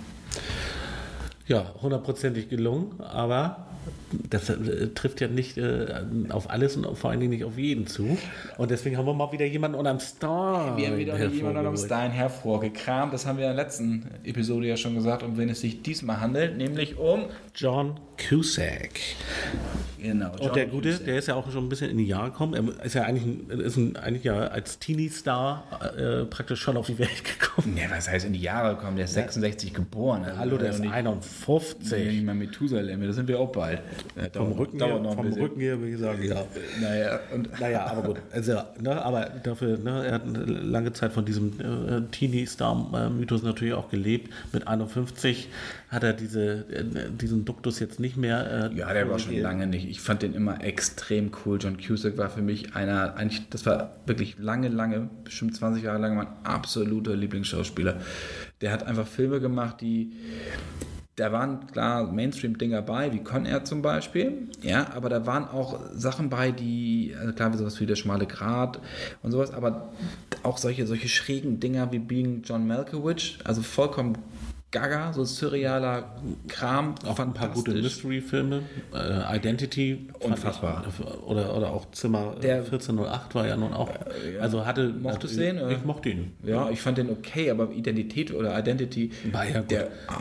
ja, hundertprozentig gelungen, aber das äh, trifft ja nicht äh, auf alles und vor allen Dingen nicht auf jeden zu. Und deswegen haben wir mal wieder jemanden unterm Star. Wir haben wieder jemanden am hervorgeholt. Stein hervorgekramt. Das haben wir in der letzten Episode ja schon gesagt, um wen es sich diesmal handelt, nämlich um John Cusack. Genau, Und der Gute, der ist ja auch schon ein bisschen in die Jahre gekommen. Er ist ja eigentlich, ein, ist ein, eigentlich ja als Teenie-Star äh, praktisch schon auf die Welt gekommen. Ja, was heißt in die Jahre gekommen? Der ist sechsundsechzig geboren. Also Hallo, der ist nicht, einundfünfzig. nicht mal Methusalem, da sind wir auch bald. Äh, Vom dauert- Rücken, dauert her, noch ein vom bisschen. Rücken her würde ich sagen, ja. Naja, und Naja, aber gut. Also, ne, aber dafür, ne, er hat eine lange Zeit von diesem äh, Teenie-Star-Mythos natürlich auch gelebt. Mit einundfünfzig hat er diese, äh, diesen Duktus jetzt nicht mehr. Äh, ja, der war schon lange nicht. Ich fand den immer extrem cool. John Cusack war für mich einer, eigentlich, das war wirklich lange, lange, bestimmt zwanzig Jahre lang mein absoluter Lieblingsschauspieler. Der hat einfach Filme gemacht, die, da waren klar Mainstream-Dinger bei, wie Con Air zum Beispiel, ja, aber da waren auch Sachen bei, die, also klar, wie sowas wie Der schmale Grat und sowas, aber auch solche, solche schrägen Dinger wie Being John Malkovich, also vollkommen gaga, so surrealer Kram. Auch ein paar gute fantastisch. Mystery-Filme. Äh, Identity. fand Unfassbar. Ich, oder, oder auch Zimmer Der- vierzehnhundertacht war ja nun auch. Also hatte. Mochtest äh, du den, oder? Ich mochte ihn. Ja, ich fand den okay, aber Identität oder Identity, War ja gut. der, ah,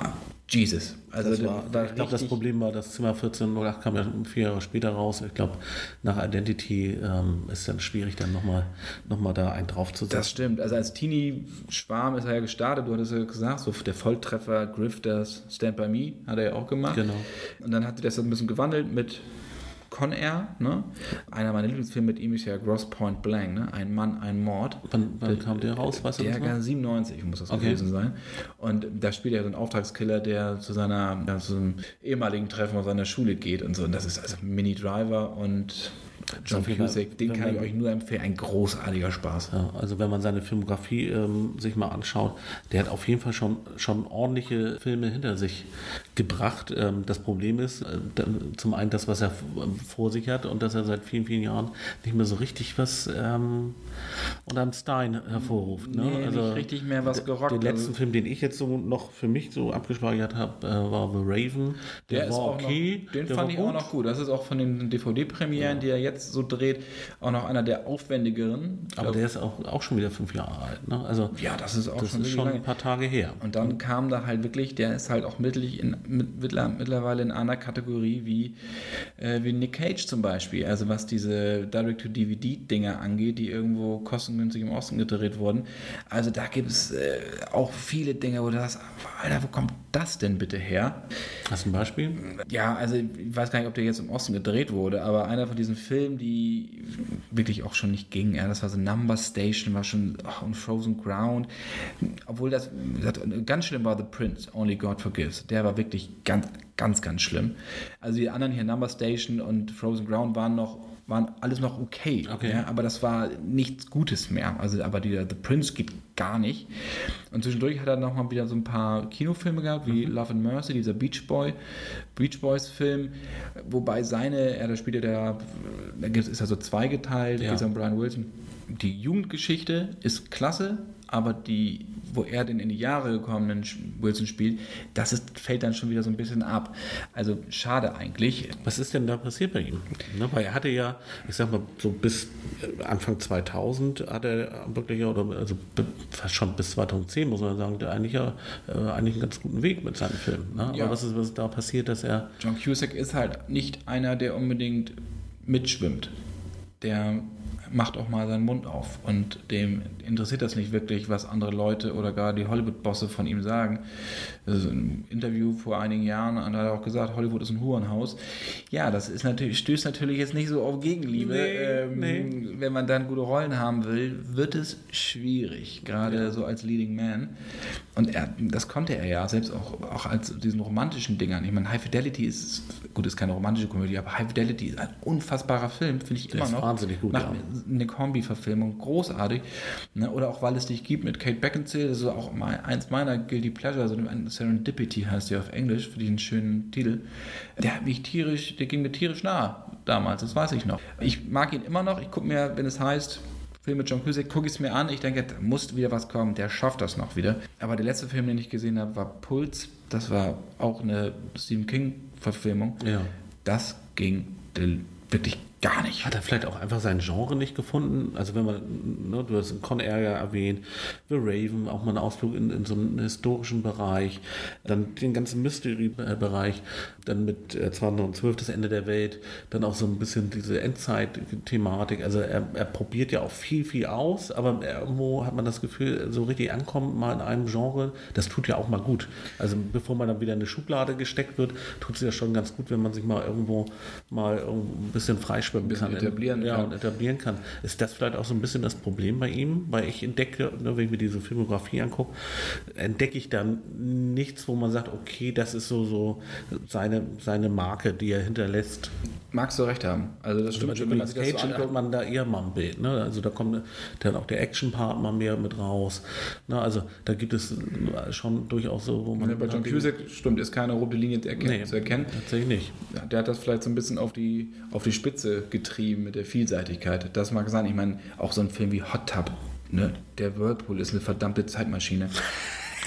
Jesus. Also das war, war ich glaube, das Problem war, das Zimmer vierzehn null acht kam ja vier Jahre später raus. Ich glaube, nach Identity ähm, ist dann schwierig, dann nochmal noch mal da einen draufzusetzen. Das stimmt. Also als Teenie-Schwarm ist er ja gestartet, du hattest ja gesagt, so der Volltreffer, Grifters, Stand By Me hat er ja auch gemacht. Genau. Und dann hat er das ein bisschen gewandelt mit Con Air, ne? Einer meiner Lieblingsfilme mit ihm ist ja Grosse Pointe Blank, ne? Ein Mann, ein Mord. Wann, wann der, kam der raus? Weißt du der das noch? siebenundneunzig muss das okay. gewesen sein. Und da spielt er so einen Auftragskiller, der zu seiner, ja, zu einem ehemaligen Treffen auf seiner Schule geht und so. Und das ist also Mini Driver und John Cusack, den kann ich euch nur empfehlen, ein großartiger Spaß. Ja, also wenn man seine Filmografie ähm, sich mal anschaut, der hat auf jeden Fall schon, schon ordentliche Filme hinter sich gebracht. Ähm, das Problem ist äh, zum einen das, was er vor sich hat und dass er seit vielen, vielen Jahren nicht mehr so richtig was ähm, unterm Stein hervorruft. Ne? Nee, also nicht richtig mehr was gerockt. Den letzten also Film, den ich jetzt so noch für mich so abgespeichert habe, äh, war The Raven. Der, der ist war auch okay. Noch, den der fand ich gut. auch noch gut. Das ist auch von den D V D-Premieren, ja. die er jetzt so dreht, auch noch einer der aufwendigeren. Aber der ist auch, auch schon wieder fünf Jahre alt. Ne? Also ja, das ist auch das schon, ist schon ein paar Tage her. Und dann kam da halt wirklich, der ist halt auch mittlerweile in, mittlerweile in einer Kategorie wie, äh, wie Nick Cage zum Beispiel. Also was diese Direct-to-D V D-Dinger angeht, die irgendwo kostengünstig im Osten gedreht wurden. Also da gibt es äh, auch viele Dinge, wo du sagst, Alter, wo kommt das denn bitte her? Hast du ein Beispiel? Ja, also ich weiß gar nicht, ob der jetzt im Osten gedreht wurde, aber einer von diesen Filmen, die wirklich auch schon nicht gingen. Ja, das war so Number Station, war schon ach, und Frozen Ground. Obwohl das, das ganz schlimm war The Prince, Only God Forgives. Der war wirklich ganz, ganz, ganz schlimm. Also die anderen hier, Number Station und Frozen Ground, waren noch waren alles noch okay, okay. Ja, aber das war nichts Gutes mehr. Also, aber dieser The Prince geht gar nicht. Und zwischendurch hat er noch mal wieder so ein paar Kinofilme gehabt, wie mhm. Love and Mercy, dieser Beach Boy, Beach Boys Film, wobei seine, ja, da spielt er der, da ist er so zweigeteilt, da ja. geht es um Brian Wilson. Die Jugendgeschichte ist klasse, aber die, wo er den in die Jahre gekommenen Wilson spielt, das ist, fällt dann schon wieder so ein bisschen ab. Also schade eigentlich. Was ist denn da passiert bei ihm? Ne, weil er hatte ja, ich sag mal, so bis Anfang zweitausend hat er wirklich, oder also fast schon bis zweitausendzehn, muss man sagen, der eigentlich ja äh, eigentlich einen ganz guten Weg mit seinen Filmen. Ne? Ja. Aber was ist, was ist da passiert, dass er... John Cusack ist halt nicht einer, der unbedingt mitschwimmt. Der macht auch mal seinen Mund auf und dem interessiert das nicht wirklich, was andere Leute oder gar die Hollywood-Bosse von ihm sagen. Also ein Interview vor einigen Jahren und da hat er auch gesagt, Hollywood ist ein Hurenhaus. Ja, das ist natürlich, stößt natürlich jetzt nicht so auf Gegenliebe. Nee, ähm, nee. Wenn man dann gute Rollen haben will, wird es schwierig, gerade ja. so als Leading Man. Und er, das konnte er ja, selbst auch, auch als diesen romantischen Dingern. Ich meine, High Fidelity ist, gut, ist keine romantische Komödie, aber High Fidelity ist ein unfassbarer Film, finde ich Der immer ist noch. Wahnsinnig gut, Nach, ja. Eine Kombi-Verfilmung, großartig. Ne? Oder auch Weil es dich gibt mit Kate Beckinsale, das ist auch mal eins meiner Guilty Pleasure, also Serendipity heißt die auf Englisch, für diesen schönen Titel. Der hat mich tierisch, der ging mir tierisch nah damals, das weiß ich noch. Ich mag ihn immer noch, ich gucke mir, wenn es heißt, Film mit John Cusack, gucke ich es mir an, ich denke, da muss wieder was kommen, der schafft das noch wieder. Aber der letzte Film, den ich gesehen habe, war Puls, das war auch eine Stephen King-Verfilmung. Ja. Das ging wirklich gar nicht. Hat er vielleicht auch einfach sein Genre nicht gefunden? Also wenn man, ne, du hast Con Air erwähnt, The Raven, auch mal einen Ausflug in, in so einen historischen Bereich, dann den ganzen Mystery-Bereich, dann mit äh, zweitausendzwölf das Ende der Welt, dann auch so ein bisschen diese Endzeit-Thematik. Also er, er probiert ja auch viel, viel aus, aber irgendwo hat man das Gefühl, so richtig ankommen mal in einem Genre, das tut ja auch mal gut. Also bevor man dann wieder in eine Schublade gesteckt wird, tut es ja schon ganz gut, wenn man sich mal irgendwo mal ein bisschen freischwimmen kann, etablieren ja, kann. und etablieren kann. Ist das vielleicht auch so ein bisschen das Problem bei ihm? Weil ich entdecke, ne, wenn ich mir diese Filmografie angucke, entdecke ich dann nichts, wo man sagt, okay, das ist so, so seine, seine Marke, die er hinterlässt. Magst du recht haben. Also das stimmt schon, wenn man sich das so anguckt, man da eher mal ein Bild. Ne? Also da kommt dann auch der Action-Part mal mehr mit raus. Ne? Also da gibt es schon durchaus so, wo man... Ja, bei John Cusack stimmt, ist keine rote Linie zu erkennen. Nee, zu erkennen. Tatsächlich nicht. Ja, der hat das vielleicht so ein bisschen auf die, auf die Spitze getrieben mit der Vielseitigkeit. Das mag sein. Ich meine, auch so ein Film wie Hot Tub, ne? Der Whirlpool ist eine verdammte Zeitmaschine.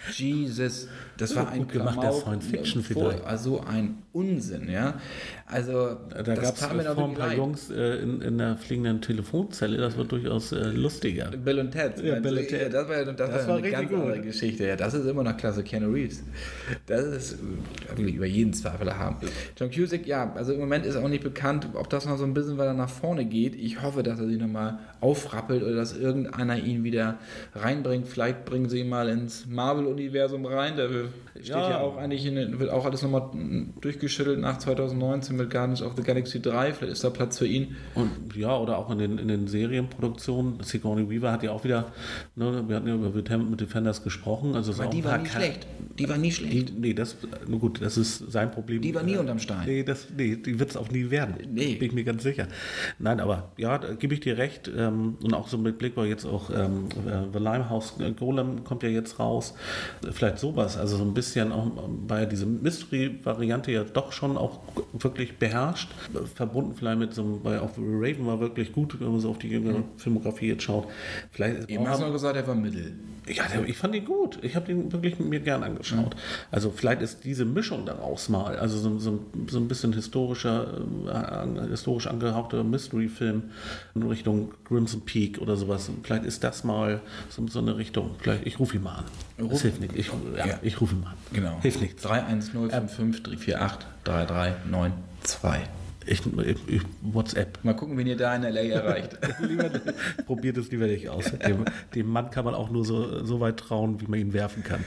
Jesus, das war ein gut gemacht, der Science-Fiction vielleicht. Also ein Unsinn, ja. Also da gab es vor ein paar leid. Jungs äh, in, in der fliegenden Telefonzelle, das wird durchaus äh, lustiger. Bill und Ted. Ja, Bill und Ted. Das war, das das war, war eine ganz gut. andere Geschichte. Ja, das ist immer noch klasse, Keanu Reeves. Das ist wirklich über jeden Zweifel haben. John Cusack, ja, also im Moment ist auch nicht bekannt, ob das noch so ein bisschen weiter nach vorne geht. Ich hoffe, dass er sich nochmal aufrappelt oder dass irgendeiner ihn wieder reinbringt. Vielleicht bringen sie ihn mal ins Marvel-Universum rein. Da steht ja, ja auch eigentlich, in, wird auch alles nochmal durchgeschüttelt nach zwanzig neunzehn mit Guardians of the Galaxy drei. Vielleicht ist da Platz für ihn. Und ja, oder auch in den, in den Serienproduktionen. Sigourney Weaver hat ja auch wieder, ne, wir hatten ja über Defenders gesprochen. Also aber die war nie schlecht. Die war nie schlecht. Die, nee, das, nur gut, das ist sein Problem. Die war nie unterm Stein. Nee, das, nee die wird es auch nie werden. Nee. Bin ich mir ganz sicher. Nein, aber ja, da gebe ich dir recht. Ähm, und auch so mit Blick war jetzt auch ähm, The Limehouse Golem kommt ja jetzt raus. Vielleicht sowas. Also so ein bisschen auch, weil ja diese Mystery-Variante ja doch schon auch wirklich beherrscht. Verbunden vielleicht mit so einem, weil auch Raven war wirklich gut, wenn man so auf die jüngere Filmografie jetzt schaut. Vielleicht Eben hast du noch gesagt, er war mittel. Ja, der, ich fand ihn gut. Ich habe den wirklich mir gern angeschaut. Mhm. Also vielleicht ist diese Mischung daraus mal, also so, so, so ein bisschen historischer, äh, historisch angehauchter Mystery-Film in Richtung Crimson Peak oder sowas. Vielleicht ist das mal so, so eine Richtung. Vielleicht, ich rufe ihn mal an. Ruf, das hilft nicht. Ich, ja, ja. ich rufe ihn mal an. Genau. Hilft nichts. drei eins null fünf fünf drei vier acht drei drei neun zwei. Ich, ich, ich, WhatsApp. Mal gucken, wen ihr da in L A erreicht. Probiert es lieber nicht aus. Dem, dem Mann kann man auch nur so, so weit trauen, wie man ihn werfen kann.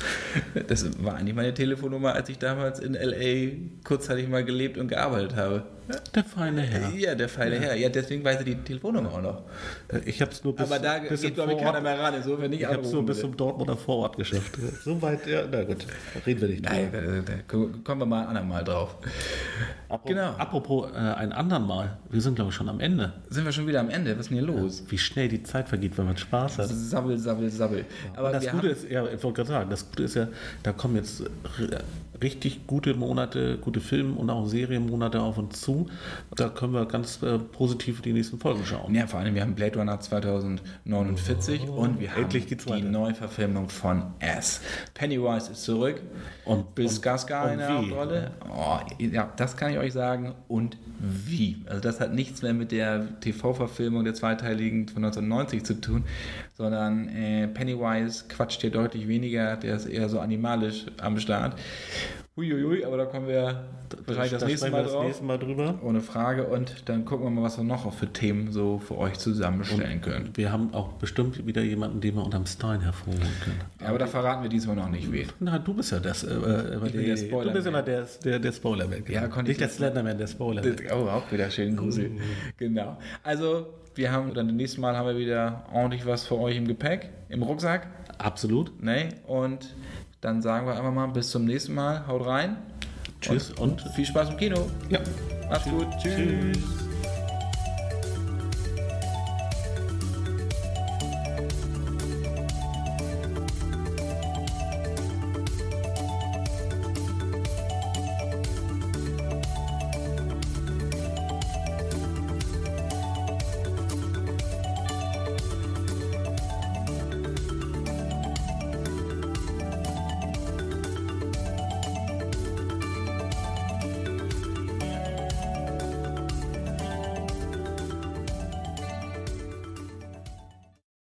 Das war eigentlich meine Telefonnummer, als ich damals in L A kurzzeitig mal gelebt und gearbeitet habe. Der feine Herr. Ja, der feine ja. Herr. Ja, deswegen weiß er die Telefonnummer auch noch. Ich habe es nur bis Aber da bis geht, glaube ich, keiner mehr ran. Insofern nicht ich habe es nur bis zum Dortmunder Vorort geschafft. So weit, ja, na gut. Reden wir nicht drüber. Nein, da, da kommen wir mal ein andermal drauf. Apropos, genau. Apropos äh, ein andern Mal. Wir sind, glaube ich, schon am Ende. Sind wir schon wieder am Ende? Was ist denn hier los? Ja, wie schnell die Zeit vergeht, wenn man Spaß hat. Sabbel, sabbel, sabbel. Ja. Aber das Gute ist, ja, ich wollte gerade sagen, das Gute ist ja, da kommen jetzt richtig gute Monate, gute Film- und auch Serienmonate auf uns zu. Da können wir ganz äh, positiv die nächsten Folgen schauen. Ja, vor allem, wir haben Blade Runner zwanzig neunundvierzig oh, und wir haben die Neuverfilmung von S. Pennywise ist zurück und Bill Skarsgård in der Hauptrolle. Oh, ja, das kann ich euch sagen. Und wie? Also das hat nichts mehr mit der T V-Verfilmung der zweiteiligen von neunzehnhundertneunzig zu tun, sondern äh, Pennywise quatscht hier deutlich weniger. Der ist eher so animalisch am Start. Uiuiui, aber da kommen wir wahrscheinlich das, das nächste Mal drauf. Das nächste Mal drüber. Ohne Frage. Und dann gucken wir mal, was wir noch für Themen so für euch zusammenstellen können. Wir haben auch bestimmt wieder jemanden, den wir unterm Stein hervorholen können. Ja, aber da verraten wir diesmal noch nicht wen. Na, du bist ja das. Äh, ich bin der Spoiler. Du bist immer der, der, der Spoiler-Man. Genau. Ja, nicht der Slenderman, der Spoiler-Man. Oh, auch wieder schön Grusel. Mm. Genau. Also, wir haben dann das nächste Mal haben wir wieder ordentlich was für euch im Gepäck, im Rucksack. Absolut. Ne? Und dann sagen wir einfach mal bis zum nächsten Mal. Haut rein. Tschüss und, und viel Spaß im Kino. Ja. Macht's gut. Tschüss. Tschüss.